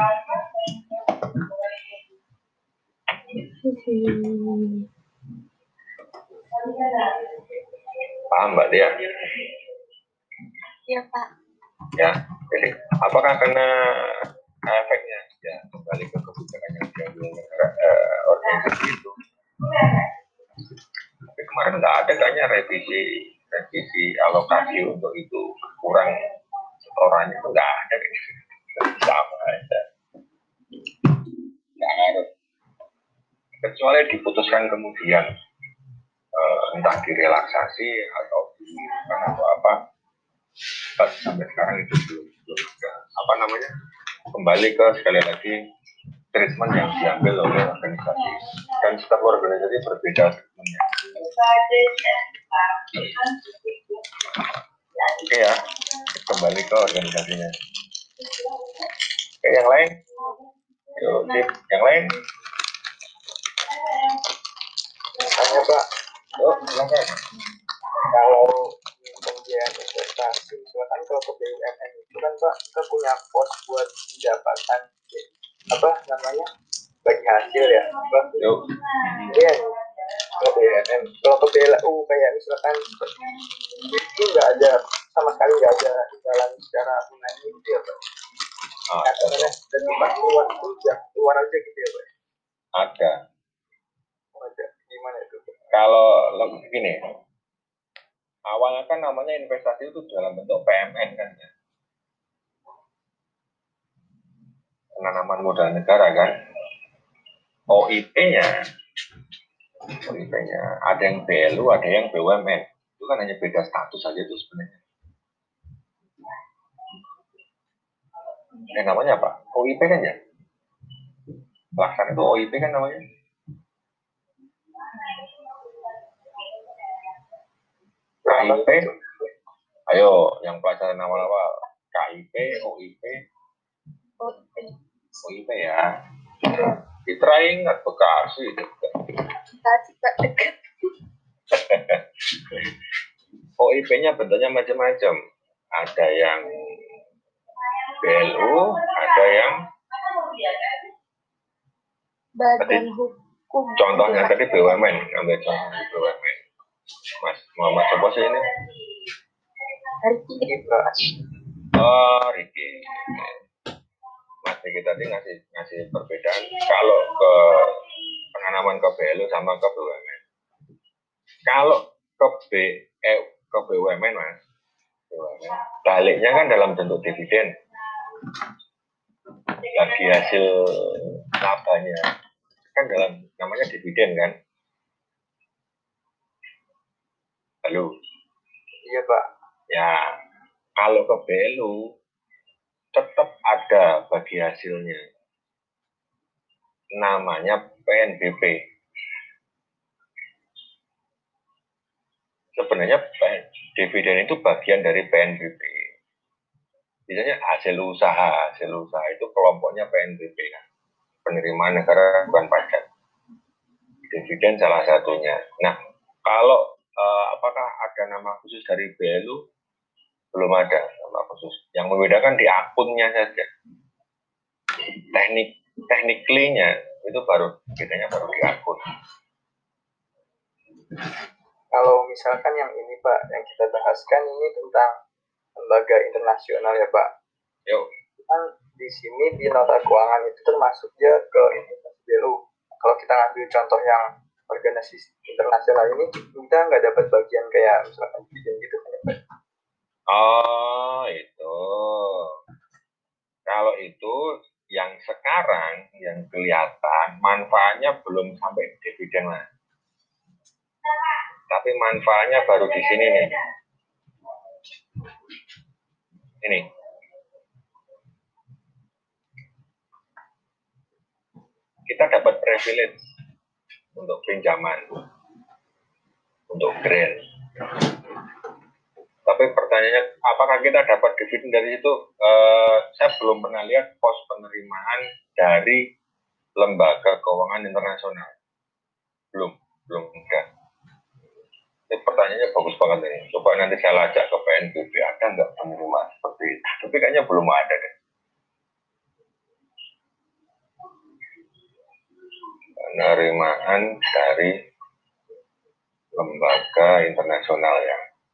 Speaker 1: Paham Mbak Dia?
Speaker 2: Iya Pak.
Speaker 1: Ya, jadi apakah karena efeknya ya kembali ke kebijakan yang diambil negara eh, organisasi itu? Tapi kemarin nggak ada kayaknya revisi revisi alokasi untuk itu kurang setorannya itu nggak ada, sama aja. Nggak harus. Kecuali diputuskan kemudian uh, entah direlaksasi atau atau apa, tapi sampai sekarang itu belum belum ada apa namanya kembali ke sekali lagi treatment yang diambil oleh organisasi dan setiap organisasi berbeda treatmentnya. Oke ya, kembali ke organisasinya. Oke, yang lain? Yuk, tip yang lain?
Speaker 5: Hanya Pak,
Speaker 1: Yuk, silakan.
Speaker 5: kalau pembiayaan investasi, misalkan kalau ke B U M N itu kan Pak, kita punya pos buat mendapatkan apa namanya bagi hasil ya. Pak.
Speaker 1: Yuk.
Speaker 5: Iya, kalau B U M N, kalau ke B L U kayak misalkan itu nggak ada sama sekali nggak ada jalan secara tunai gitu ya Pak.
Speaker 1: Ah,
Speaker 5: Katanya dan tempat keluar aja, keluar aja gitu ya Pak.
Speaker 1: ada.
Speaker 5: Ada gimana itu?
Speaker 1: Kalau lo gini, awalnya kan namanya investasi itu dalam bentuk P M N kan ya, penanaman modal negara kan. O I P-nya, O I P-nya ada yang B L U, ada yang B U M N. Itu kan hanya beda status saja itu sebenarnya. Yang namanya apa? O I P kan ya? Pelaksanaan itu O I P kan namanya. K I P, ayo yang pelajaran awal-awal. K I P, O I P, O I P ya. Kita ingat Bekasi itu.
Speaker 2: Bekasi Pak dekat.
Speaker 1: O I P-nya bentuknya macam-macam. Ada yang B L U, ada yang
Speaker 2: Badan Hukum.
Speaker 1: contohnya tadi B U M N, ambil contoh B U M N. Mas Muhammad coba sih ini.
Speaker 2: Riki.
Speaker 1: Oh, Riki. Mas Riki tadi ngasih ngasih perbedaan kalau ke penanaman ke B L U sama ke B U M N. Kalau ke B eh, ke B U M N Mas, B U M N, baliknya kan dalam bentuk dividen. Bagi hasil labanya kan dalam namanya dividen kan. Halo.
Speaker 5: Iya Pak.
Speaker 1: Ya, kalau ke B L U tetap ada bagi hasilnya. Namanya P N B P. Sebenarnya dividen itu bagian dari P N B P. Biasanya hasil usaha, hasil usaha itu kelompoknya P N B P kan. Penerimaan negara bukan pajak. Dividen salah satunya. Nah, kalau eh, apakah ada nama khusus dari B L U? Belum ada nama khusus. Yang membedakan di akunnya saja. Teknik tekniklinya itu baru bedanya baru di akun.
Speaker 5: kalau misalkan yang ini Pak, yang kita bahaskan ini tentang lembaga internasional ya Pak.
Speaker 1: Yuk.
Speaker 5: Kan di sini di nota keuangan itu termasuk dia ke investasi value. Kalau kita ngambil contoh yang organisasi internasional ini, kita nggak dapat bagian kayak misalkan dividen gitu kan ya Pak.
Speaker 1: Oh, itu. Kalau itu yang sekarang yang kelihatan manfaatnya belum sampai dividen lah. Tapi manfaatnya baru di sini nih. Ini. Kita dapat privilege untuk pinjaman, untuk grant. Tapi pertanyaannya, apakah kita dapat dividen dari situ? Eh, saya belum pernah lihat pos penerimaan dari lembaga keuangan internasional. Belum, belum enggak. Ini pertanyaannya bagus banget ini. Coba nanti saya lacak ke P N B B, ada nggak penerimaan seperti itu? Tapi kayaknya belum ada deh. Penerimaan dari lembaga internasional ya.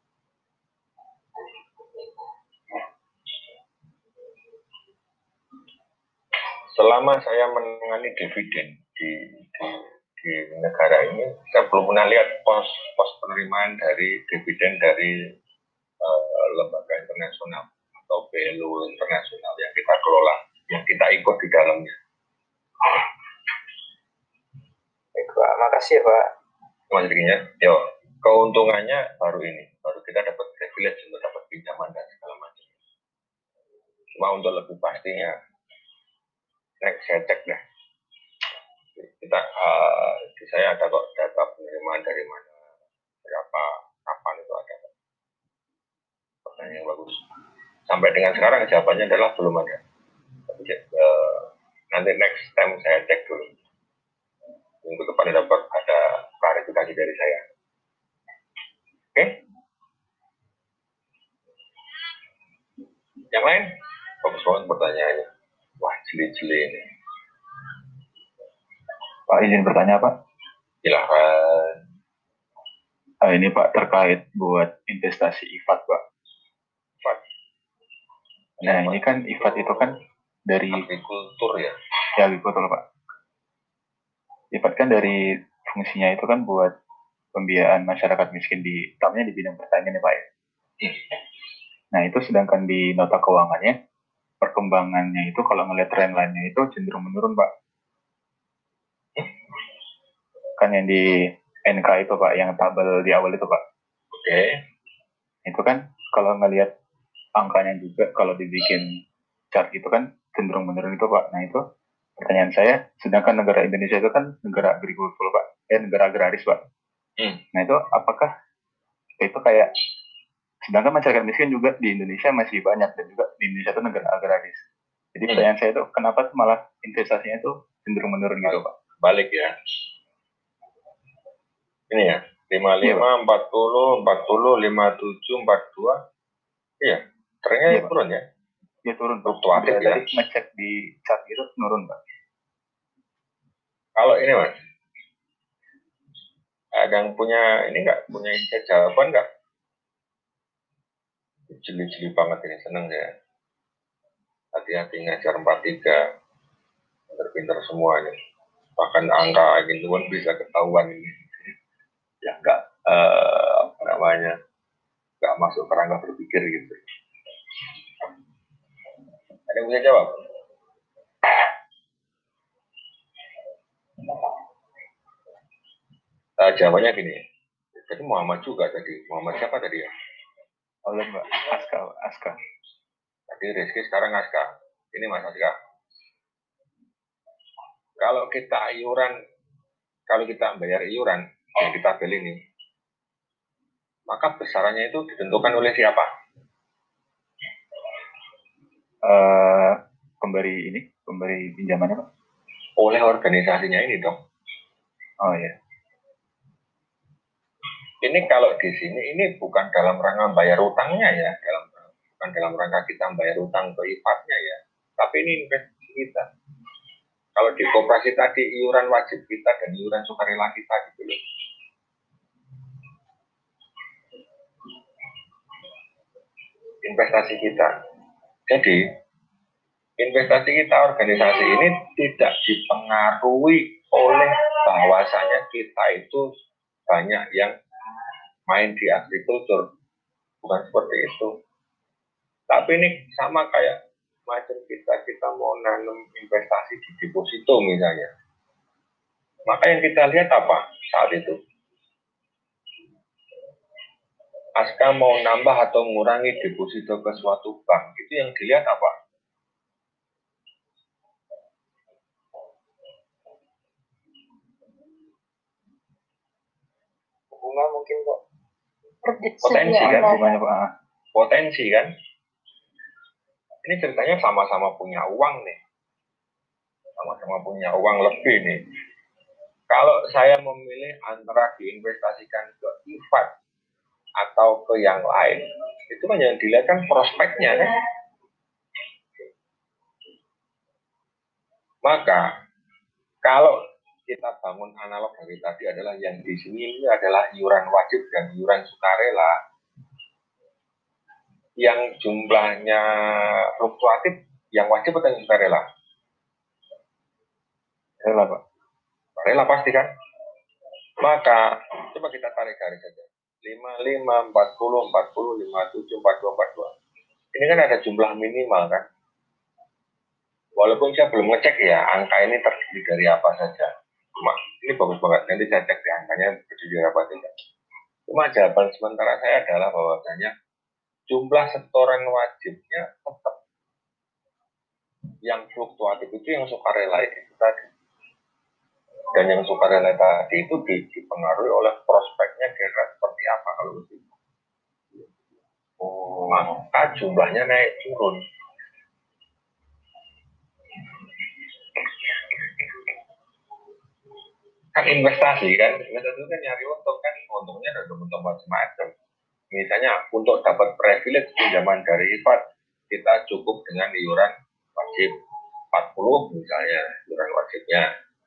Speaker 1: Selama saya menangani dividen di, di, di negara ini, saya belum pernah lihat pos pos penerimaan dari dividen dari uh, lembaga internasional atau value internasional yang kita kelola, yang kita ikut di dalamnya.
Speaker 5: Baik Pak, makasih ya Pak.
Speaker 1: Mas Rikinya, yo, keuntungannya baru ini, baru kita dapat privilege untuk dapat pinjaman dan segala macam. Cuma untuk lebih pastinya, next saya cek deh. Kita, uh, di saya ada kok data penerimaan dari mana, berapa, kapan itu ada. Pertanyaan yang bagus. Sampai dengan sekarang jawabannya adalah belum ada. Tapi, uh, nanti next time saya cek dulu. Minggu depan dapat ada klarifikasi dari saya. Oke? Okay? Yang lain? Bagus banget pertanyaannya. Wah, jeli-jeli ini.
Speaker 6: Pak, izin bertanya Pak?
Speaker 1: Silahkan.
Speaker 6: Uh, ini Pak, terkait buat investasi I F A T Pak.
Speaker 1: I F A T.
Speaker 6: Nah, ini kan I F A T itu kan dari...
Speaker 1: agrikultur ya?
Speaker 6: Ya, agrikultur Pak. I F A T kan dari fungsinya itu kan buat pembiayaan masyarakat miskin di, utamanya di bidang pertanian ya Pak ya.
Speaker 1: Hmm.
Speaker 6: Nah, itu sedangkan di nota keuangannya, perkembangannya itu kalau ngelihat tren lainnya itu cenderung menurun Pak. Kan yang di N K itu Pak, yang tabel di awal itu Pak.
Speaker 1: Oke. Okay.
Speaker 6: Itu kan kalau ngelihat angkanya juga, kalau dibikin chart itu kan cenderung menurun itu Pak. Nah itu pertanyaan saya, sedangkan negara Indonesia itu kan negara agrikultur Pak, eh negara agraris Pak.
Speaker 1: Hmm.
Speaker 6: Nah itu apakah itu kayak, sedangkan masyarakat miskin juga di Indonesia masih banyak, dan juga di Indonesia itu negara agraris. Jadi hmm. pertanyaan saya itu, kenapa tuh malah investasinya itu cenderung menurun gitu Pak?
Speaker 1: Balik ya. Ini ya, lima puluh lima, iya, empat puluh, empat puluh, lima puluh tujuh, empat puluh dua. Iya, trennya iya, turun ya?
Speaker 6: Iya turun.
Speaker 1: Fluktuatif ya.
Speaker 6: Tadi ngecek di chart itu menurun Pak.
Speaker 1: Kalau ini Mas, ada yang punya ini nggak? Punya insight jawaban nggak? Jeli-jeli banget ini, seneng ya. Hati-hati ngajar empat tiga. Pinter-pinter semua ini. Bahkan angka gitu pun bisa ketahuan ini. Ya nggak, eh, apa namanya, nggak masuk kerangka berpikir gitu. Ada yang bisa jawab? Uh, jawabannya gini. Jadi Muhammad juga tadi. Muhammad siapa tadi ya?
Speaker 6: Oh Mbak, Aska, Aska.
Speaker 1: Tadi Rizky, sekarang Aska. Ini Mas Aska. Kalau kita iuran, kalau kita bayar iuran yang di tabel ini, maka besarannya itu ditentukan oleh siapa?
Speaker 6: Uh, pemberi ini, pemberi pinjamannya Pak?
Speaker 1: Oleh organisasinya ini dong.
Speaker 6: Oh iya.
Speaker 1: Ini kalau di sini, ini bukan dalam rangka bayar utangnya ya, dalam bukan dalam rangka kita bayar utang ke I F A T-nya ya, tapi ini investasi kita. Kalau di koperasi tadi iuran wajib kita dan iuran sukarela kita gitu loh. investasi kita. Jadi investasi kita organisasi ini tidak dipengaruhi oleh bahwasanya kita itu banyak yang main di agrikultur, bukan seperti itu. Tapi ini sama kayak macam kita kita mau nanam investasi di deposito misalnya. Maka yang kita lihat apa saat itu? Pasca mau nambah atau mengurangi deposito ke suatu bank, itu yang dilihat apa?
Speaker 5: Bunga mungkin kok.
Speaker 1: Potensi kan?
Speaker 6: Bunganya Pak.
Speaker 1: Potensi kan? Ini ceritanya sama-sama punya uang nih. Sama-sama punya uang lebih nih. Kalau saya memilih antara diinvestasikan ke I F A D atau ke yang lain, itu kan yang dilihat kan prospeknya kan. Maka kalau kita bangun analog dari tadi adalah yang di sini ini adalah iuran wajib dan iuran sukarela yang jumlahnya fluktuatif, yang wajib atau yang sukarela?
Speaker 6: Rela Pak.
Speaker 1: Rela pasti kan. Maka coba kita tarik garis saja. lima puluh lima, empat puluh, empat puluh, lima puluh tujuh, empat puluh dua, empat puluh dua. Ini kan ada jumlah minimal kan. Walaupun saya belum ngecek ya, angka ini terdiri dari apa saja. Cuma, ini bagus banget. Nanti saya cek di angkanya terdiri dari apa saja. Cuma jawaban sementara saya adalah bahwasanya jumlah setoran wajibnya tetap. Yang fluktuatif itu yang sukarela itu tadi. Dan yang sukarela tadi itu dipengaruhi oleh prospeknya kira seperti apa kalau begitu. Oh, maka jumlahnya naik turun. Kan investasi kan, investasi kan nyari untung kan, untungnya ada bentuk macam-macam. Misalnya untuk dapat privilege pinjaman dari I F A D, kita cukup dengan iuran wajib empat puluh misalnya, iuran wajibnya.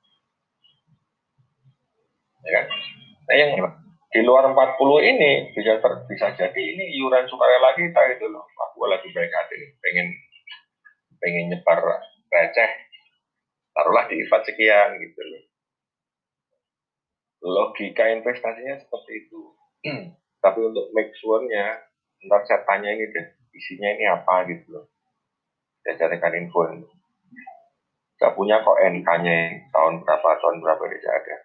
Speaker 1: Ya kan? Nah yang di luar empat puluh ini bisa bisa jadi ini iuran sukarela kita itu loh. Aku lagi baik hati, pengen pengen nyebar receh, taruhlah di I F A D sekian gitu loh. Logika investasinya seperti itu. Tapi untuk make sure-nya, ntar saya tanya ini deh, isinya ini apa gitu loh. Saya carikan info ini. Saya punya kok N K-nya tahun berapa, tahun berapa ini saya ada.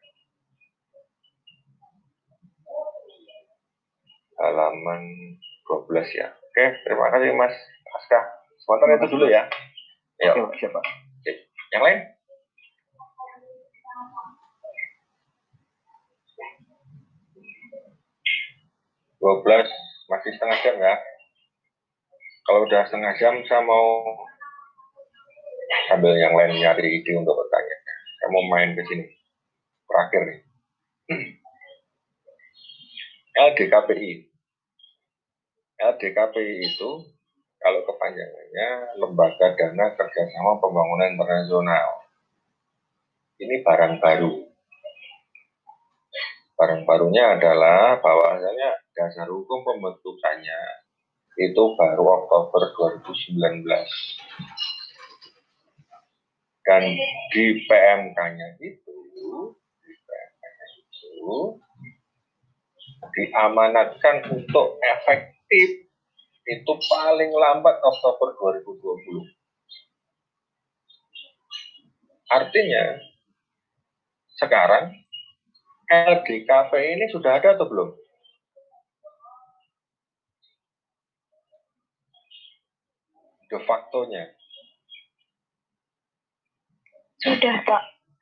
Speaker 1: Halaman dua belas ya. Oke, terima kasih Mas Aska. Sebentar itu dulu ya. Ya,
Speaker 6: Oke, siapa?
Speaker 1: Oke. Yang lain? dua belas masih setengah jam ya. Kalau udah setengah jam saya mau sambil yang lain nyari ide untuk bertanya. Saya mau main ke sini. Terakhir nih. L D K P I. L D K P I itu kalau kepanjangannya Lembaga Dana Kerjasama Pembangunan Internasional. Ini barang baru. Barang barunya adalah bahwasanya dasar hukum pembentukannya itu baru Oktober dua ribu sembilan belas. Dan di P M K-nya itu, di P M K-nya itu diamanatkan untuk efektif itu paling lambat Oktober dua ribu dua puluh. Artinya sekarang L D K P I ini sudah ada atau belum? De facto-nya.
Speaker 2: Sudah, Pak.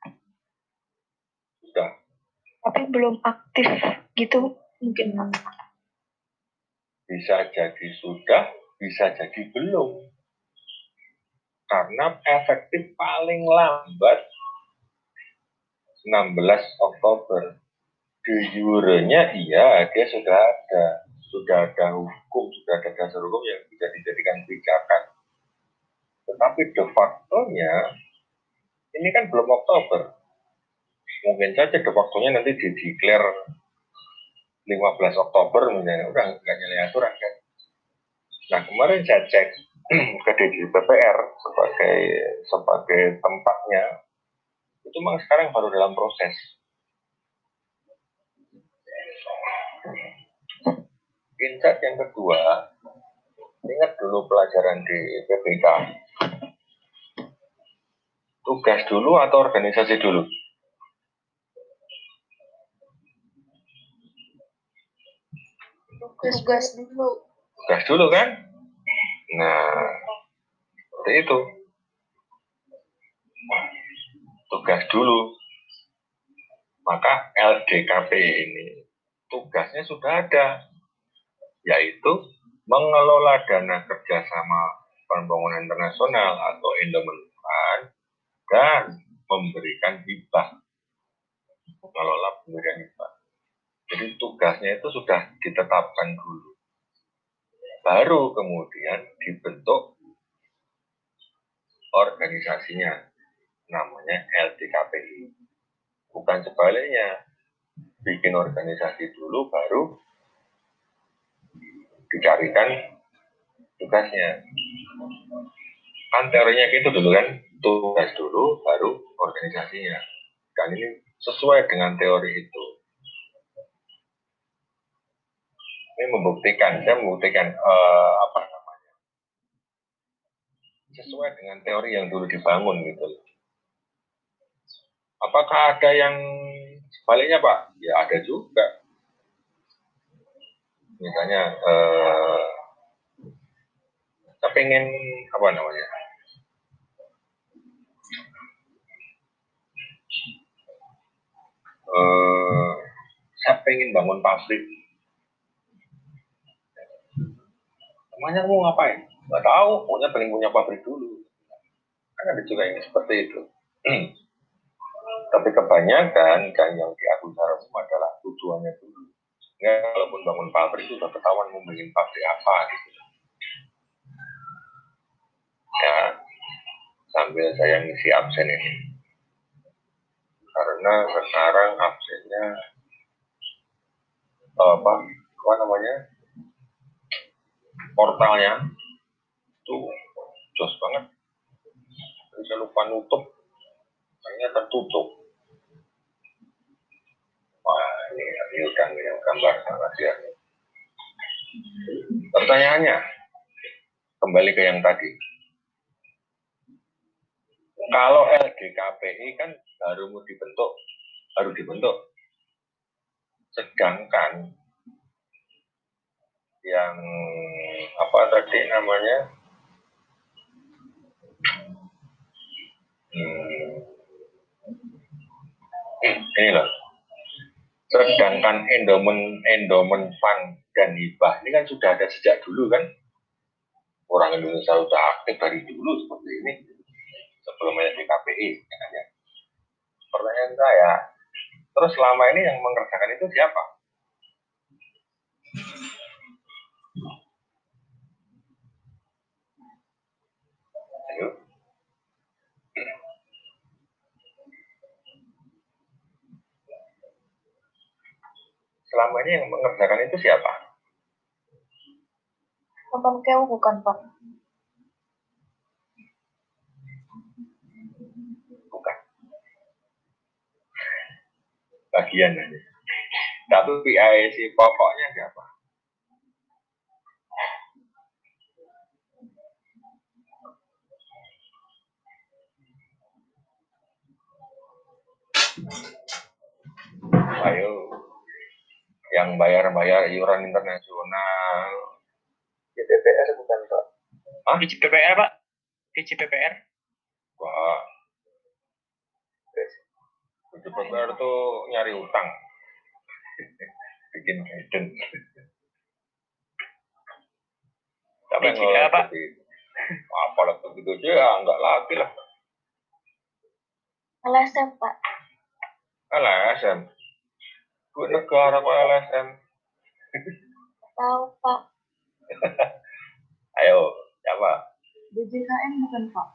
Speaker 1: Sudah.
Speaker 2: Tapi belum aktif gitu mungkin.
Speaker 1: Bisa jadi sudah, bisa jadi belum. Karena efektif paling lambat enam belas Oktober. De jure-nya iya, dia sudah ada. Sudah ada hukum, sudah ada dasar hukum yang bisa dijadikan pijakan. Tetapi de facto-nya, ini kan belum Oktober. Mungkin saja de facto-nya nanti dideklar lima belas Oktober misalnya, udah nggak nyalain aturan kan. Nah kemarin saya cek ke D D P P R sebagai sebagai tempatnya, itu memang sekarang baru dalam proses. Insight yang kedua, ingat dulu pelajaran di P P K. Tugas dulu atau organisasi dulu?
Speaker 2: Tugas dulu.
Speaker 1: Tugas dulu kan? Nah, seperti itu. Tugas dulu. Maka L D K P ini tugasnya sudah ada, yaitu mengelola dana kerjasama pembangunan internasional atau endowment fund dan memberikan hibah, mengelola pemberian hibah. Jadi tugasnya itu sudah ditetapkan dulu, baru kemudian dibentuk organisasinya, namanya L D K P I. Bukan sebaliknya, bikin organisasi dulu baru dicarikan tugasnya. Kan teorinya gitu dulu kan, tugas dulu baru organisasinya. Dan ini sesuai dengan teori itu. Ini membuktikan, saya membuktikan uh, apa namanya, sesuai dengan teori yang dulu dibangun gitu. Apakah ada yang sebaliknya Pak? Ya ada juga. Misalnya uh, saya pengen apa namanya? Uh, saya pengen bangun pabrik. Namanya mau ngapain? Nggak tahu, pokoknya pengen punya pabrik dulu. Kan ada juga yang seperti itu. Tapi kebanyakan kan yang diakui secara umum adalah tujuannya dulu. Ya, walaupun bangun pabrik itu udah ketahuan mau bikin pabrik apa gitu. Ya, sambil saya ngisi absen ini. Karena sekarang absennya apa, apa namanya, portalnya tuh jos banget. Jadi saya lupa nutup, kayaknya tertutup. Wah, ini ini udah ngirim gambar sama dia. Pertanyaannya, kembali ke yang tadi. Kalau L D K P I kan baru mau dibentuk, baru dibentuk. Sedangkan yang apa tadi namanya, hmm, ini loh. Sedangkan endowment endowment fund dan hibah ini kan sudah ada sejak dulu kan. Orang Indonesia sudah aktif dari dulu seperti ini sebelum L D K P I. Ya. Pertanyaan saya, terus selama ini yang mengerjakan itu siapa? Ayo. Selama ini yang mengerjakan itu siapa?
Speaker 2: Kemenkeu bukan Pak?
Speaker 1: Bukan. Bagian aja. Tapi P I C pokoknya siapa? Ayo, yang bayar-bayar iuran internasional.
Speaker 5: D P P R bukan Pak?
Speaker 1: Hah?
Speaker 4: D J P P R Pak? D J P P R?
Speaker 1: Wah, D J P P R tuh nyari utang, bikin hidden. Tapi nggak
Speaker 4: Pak?
Speaker 1: Apa lah begitu aja, ya enggak lagi lah.
Speaker 2: L S M Pak.
Speaker 1: L S M. Duit negara kok L S M.
Speaker 2: Tahu Pak.
Speaker 1: Ayo, siapa?
Speaker 2: B J K M bukan Pak?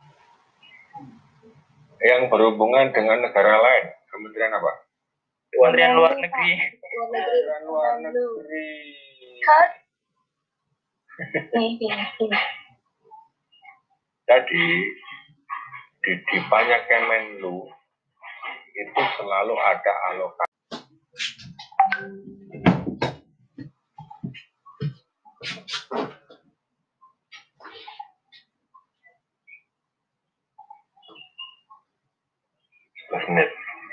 Speaker 1: Yang berhubungan dengan negara lain. Kementerian apa?
Speaker 4: Kementerian Luar Negeri.
Speaker 2: Luar Negeri.
Speaker 1: Kementerian Luar Negeri.
Speaker 2: Kan? Nih, nih, nih.
Speaker 1: Jadi di dipanya Kemenlu itu selalu ada alokasi. sebelas menit.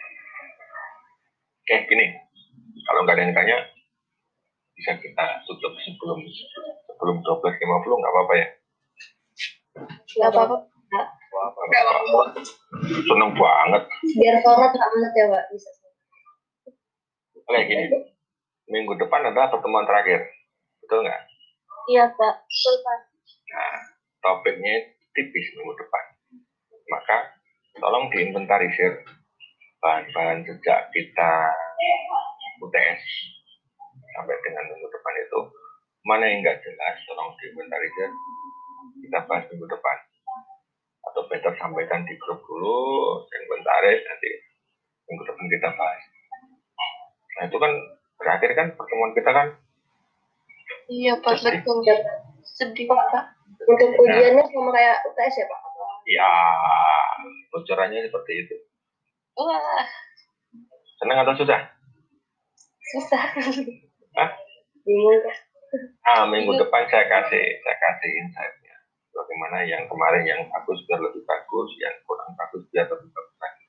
Speaker 1: Oke, gini. Kalau nggak ada yang tanya, bisa kita tutup sebelum sebelum dua belas lima puluh, nggak apa-apa ya?
Speaker 3: Nggak apa-apa.
Speaker 1: Wah, apa-apa. Seneng banget.
Speaker 3: Biar sholat nggak menit ya, Pak. Bisa.
Speaker 1: Oke, gini. Minggu depan adalah pertemuan terakhir. Betul nggak?
Speaker 2: Iya, Pak. Betul, Pak.
Speaker 1: Nah, topiknya tipis minggu depan. Maka, tolong diinventarisir bahan-bahan sejak kita U T S sampai dengan minggu depan itu. Mana yang nggak jelas, tolong diinventarisir. Kita bahas minggu depan. Atau better sampaikan di grup dulu, inventaris, nanti minggu depan kita bahas. Nah, itu kan berakhir kan pertemuan kita kan.
Speaker 2: Iya, Pak.
Speaker 1: Sedih.
Speaker 2: Betul. Sedih, Pak.
Speaker 3: Untuk ujiannya sama kayak U T S ya, Pak?
Speaker 1: Ya, bocorannya seperti itu.
Speaker 2: Wah,
Speaker 1: Senang atau susah?
Speaker 3: Susah.
Speaker 1: Hah?
Speaker 3: Bingung kan?
Speaker 1: Ah, minggu depan saya kasih saya kasih insight-nya. Bagaimana yang kemarin yang bagus biar lebih bagus, yang kurang bagus biar lebih bagus lagi.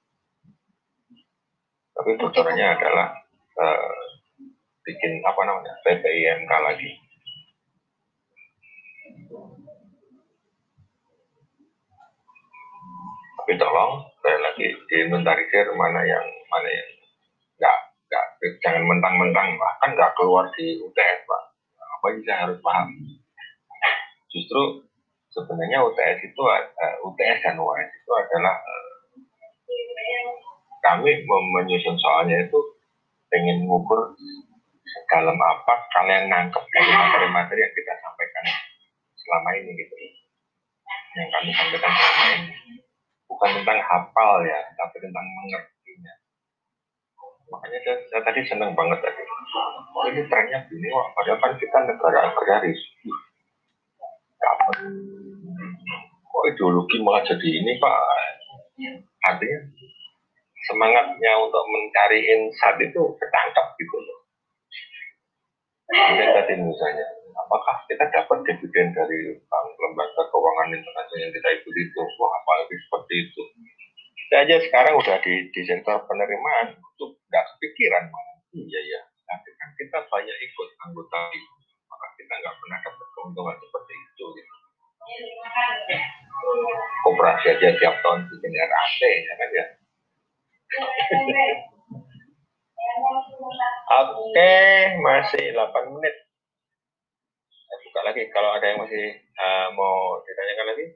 Speaker 1: Tapi bocorannya adalah uh, bikin apa namanya P P I M K lagi. Tapi tolong saya lagi diinventarisir mana yang mana yang nggak nggak jangan mentang-mentang bahkan nggak keluar di U T S, Pak. Apa sih saya harus paham? Justru sebenarnya U T S itu uh, U T S dan U A S itu adalah uh, kami menyusun soalnya itu pengen mengukur dalam apa kalian nangkep dari materi-materi yang kita sampaikan selama ini gitu, yang kami sampaikan selama ini bukan tentang hafal ya, tapi tentang mengertinya. Makanya saya, saya tadi senang banget tadi. Oh, ini trennya gini, wah, padahal kan kita negara agraris. Dapat. Kok ideologi malah jadi ini, Pak? Artinya semangatnya untuk mencari insight itu ketangkap gitu loh. Kemudian tadi misalnya, apakah kita dapat dividen dari bank lembaga keuangan internasional yang kita ikuti itu? Wah, apalagi seperti itu. Saya aja sekarang udah di, di sektor penerimaan, itu nggak kepikiran. Iya, ya. Nanti kan kita banyak ikut anggota itu. Maka kita nggak pernah dapat keuntungan seperti itu. Gitu. Koperasi aja tiap tahun bikin R A T, ya kan ya. Oke, masih delapan menit. Saya buka lagi kalau ada yang masih uh, mau ditanyakan lagi.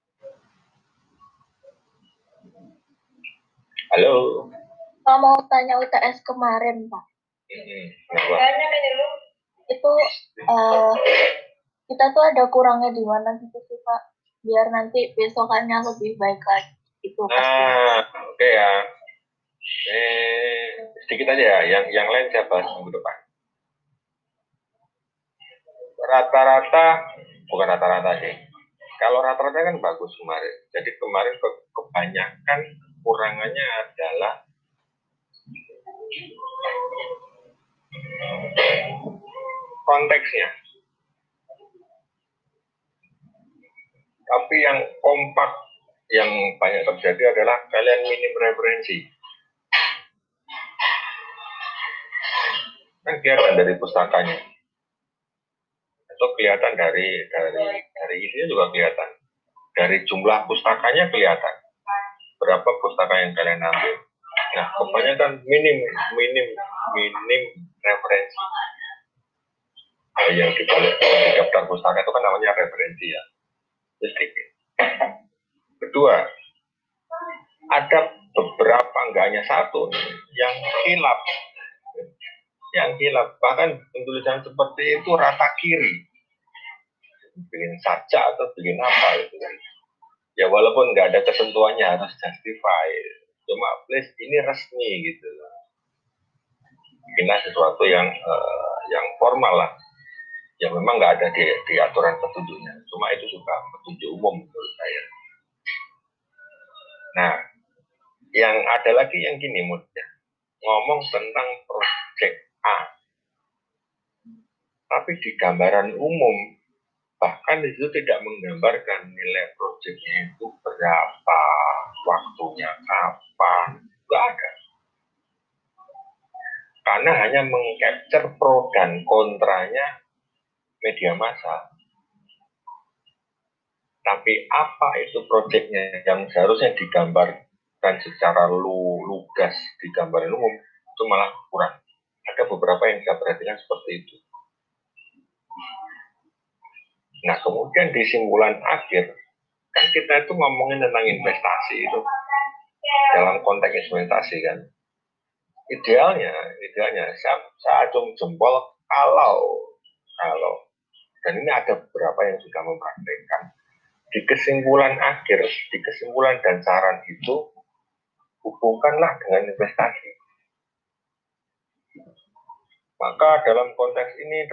Speaker 1: Halo.
Speaker 2: Kalau mau tanya U T S kemarin, Pak.
Speaker 1: Hmm,
Speaker 2: itu uh, kita tuh ada kurangnya di mana gitu sih, Pak? Biar nanti besokannya lebih baik lagi. Itu pasti.
Speaker 1: Nah, oke okay ya. Eh, sedikit aja ya, yang yang lain saya bahas minggu depan. Rata-rata, bukan rata-rata sih. Kalau rata-rata kan bagus kemarin. Jadi kemarin ke, kebanyakan kurangannya adalah konteksnya. Tapi yang kompak, yang banyak terjadi adalah kalian minim referensi. Kan kelihatan dari pustakanya. Atau kelihatan dari dari dari isinya juga kelihatan. Dari jumlah pustakanya kelihatan. Berapa pustaka yang kalian ambil. Nah, kebanyakan minim minim minim referensi. Yang dibalik di daftar pustaka itu kan namanya referensi ya. Sedikit. Kedua, ada beberapa, nggak hanya satu yang hilap. Yang hilap, bahkan tulisan seperti itu rata kiri. Bikin saja atau bikin apa itu kan. Ya walaupun nggak ada ketentuannya harus justify. Cuma please ini resmi gitu. Bikinlah sesuatu yang uh, yang formal lah. Ya memang nggak ada di, di aturan petunjuknya, cuma itu juga petunjuk umum menurut saya. Nah, yang ada lagi yang gini mudah, ngomong tentang proyek A, tapi di gambaran umum, bahkan itu tidak menggambarkan nilai proyeknya itu berapa, waktunya kapan, nggak ada. Karena hanya mengcapture pro dan kontranya media massa. Tapi apa itu proyeknya yang seharusnya digambarkan secara lu, lugas di gambaran umum, itu malah kurang. Ada beberapa yang saya perhatikan seperti itu. Nah, kemudian di simpulan akhir, kan kita itu ngomongin tentang investasi itu dalam konteks investasi kan. Idealnya, idealnya saya, saya acung jempol kalau kalau dan ini ada beberapa yang sudah mempraktekkan di kesimpulan akhir, di kesimpulan dan saran itu hubungkanlah dengan investasi. Maka dalam konteks ini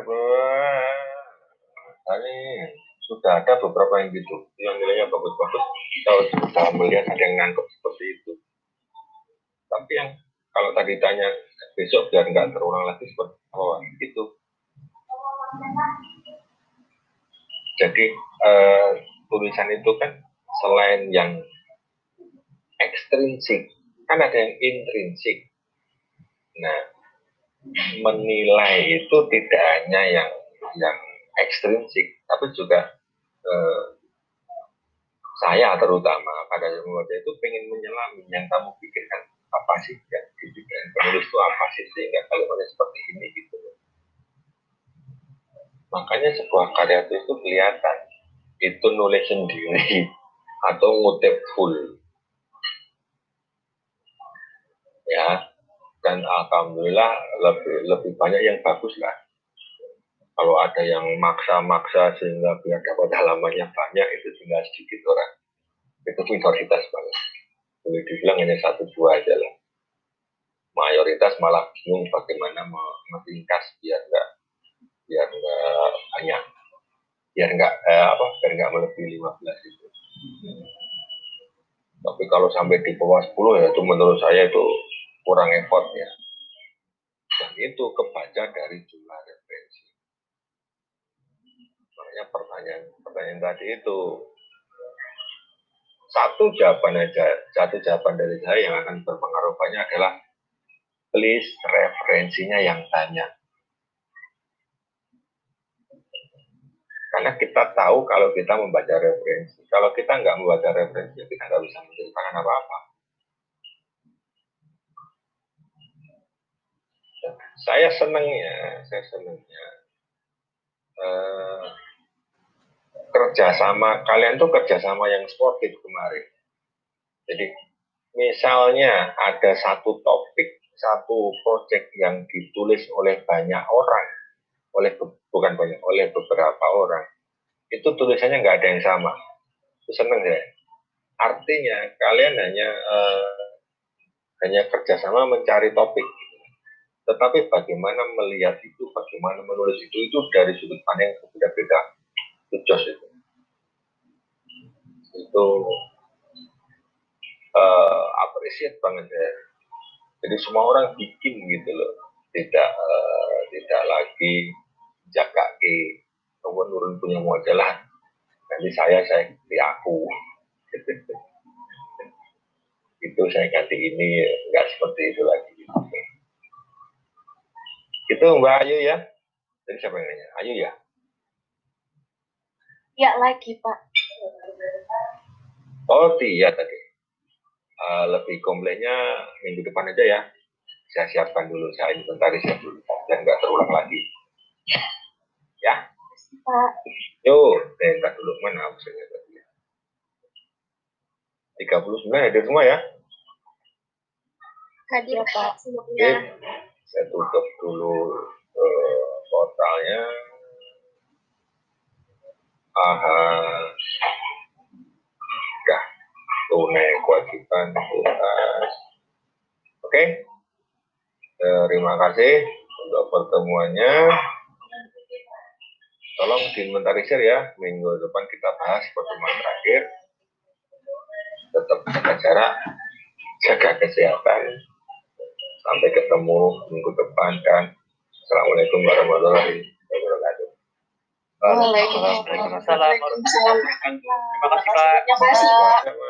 Speaker 1: ini sudah ada beberapa yang gitu, yang nilainya bagus-bagus, kita sudah melihat ada yang nangkep seperti itu. Tapi yang kalau tadi tanya besok biar nggak terulang lagi seperti apa itu. Jadi eh, tulisan itu kan selain yang ekstrinsik, kan ada yang intrinsik. Nah, menilai itu tidak hanya yang yang ekstrinsik, tapi juga eh, saya terutama pada membaca itu pengen menyelami yang kamu pikirkan apa sih yang dipikirkan penulis itu apa sih sehingga kalimatnya seperti ini gitu. Makanya sebuah karya itu kelihatan itu nulis sendiri atau ngutip full ya, dan alhamdulillah lebih lebih banyak yang bagus lah. Kalau ada yang maksa-maksa sehingga biar dapat halamannya banyak, itu tinggal sedikit orang, itu minoritas banget, boleh dibilang hanya satu dua aja lah. Mayoritas malah bingung bagaimana meringkas biar enggak biar enggak banyak, biar enggak eh, apa biar enggak melebihi lima belas itu. Tapi kalau sampai di bawah sepuluh ya itu menurut saya itu kurang effort ya. Dan itu kebaca dari jumlah referensi. Makanya pertanyaan pertanyaan tadi itu satu jawaban aja, satu jawaban dari saya yang akan berpengaruh banyak adalah please referensinya yang banyak. Karena kita tahu kalau kita membaca referensi, kalau kita nggak membaca referensi, kita nggak bisa menceritakan apa-apa. Saya senangnya, saya senangnya eh, kerjasama kalian tuh kerjasama yang sportif kemarin. Jadi misalnya ada satu topik, satu proyek yang ditulis oleh banyak orang, oleh bukan banyak, oleh beberapa orang, itu tulisannya nggak ada yang sama. Itu seneng ya. Artinya kalian hanya eh, hanya kerjasama mencari topik, tetapi bagaimana melihat itu, bagaimana menulis itu, itu dari sudut pandang yang berbeda-beda. Itu jos itu. Itu uh, appreciate banget ya. Jadi semua orang bikin gitu loh, tidak uh, tidak lagi jaga ke turun punya modal lah. Nanti saya saya ganti aku, itu saya ganti ini, nggak seperti itu lagi. Itu Mbak Ayu ya. Jadi siapa yang nanya? Ayu ya?
Speaker 2: Ya lagi Pak.
Speaker 1: Oh iya tadi. Uh, lebih komplainnya minggu depan aja ya. Saya siapkan dulu, saya inventarisnya dulu dan nggak terulang lagi. Ya.
Speaker 2: Pak.
Speaker 1: Yo, bentar dulu mana absennya tadi. tiga puluh sembilan hadir semua ya.
Speaker 3: Hadir Pak
Speaker 1: Oke, saya tutup dulu uh, portalnya. Aha. Udah. Tunai kewajiban tuntas. Oke. Terima kasih untuk pertemuannya. tolong diinventarisir ya, minggu depan kita bahas pertemuan terakhir. Tetap jaga jarak, jaga kesehatan. Sampai ketemu minggu depan dan Assalamualaikum warahmatullahi wabarakatuh.
Speaker 4: Waalaikumsalam warahmatullahi wabarakatuh. Terima kasih Pak.
Speaker 2: Terima kasih Pak.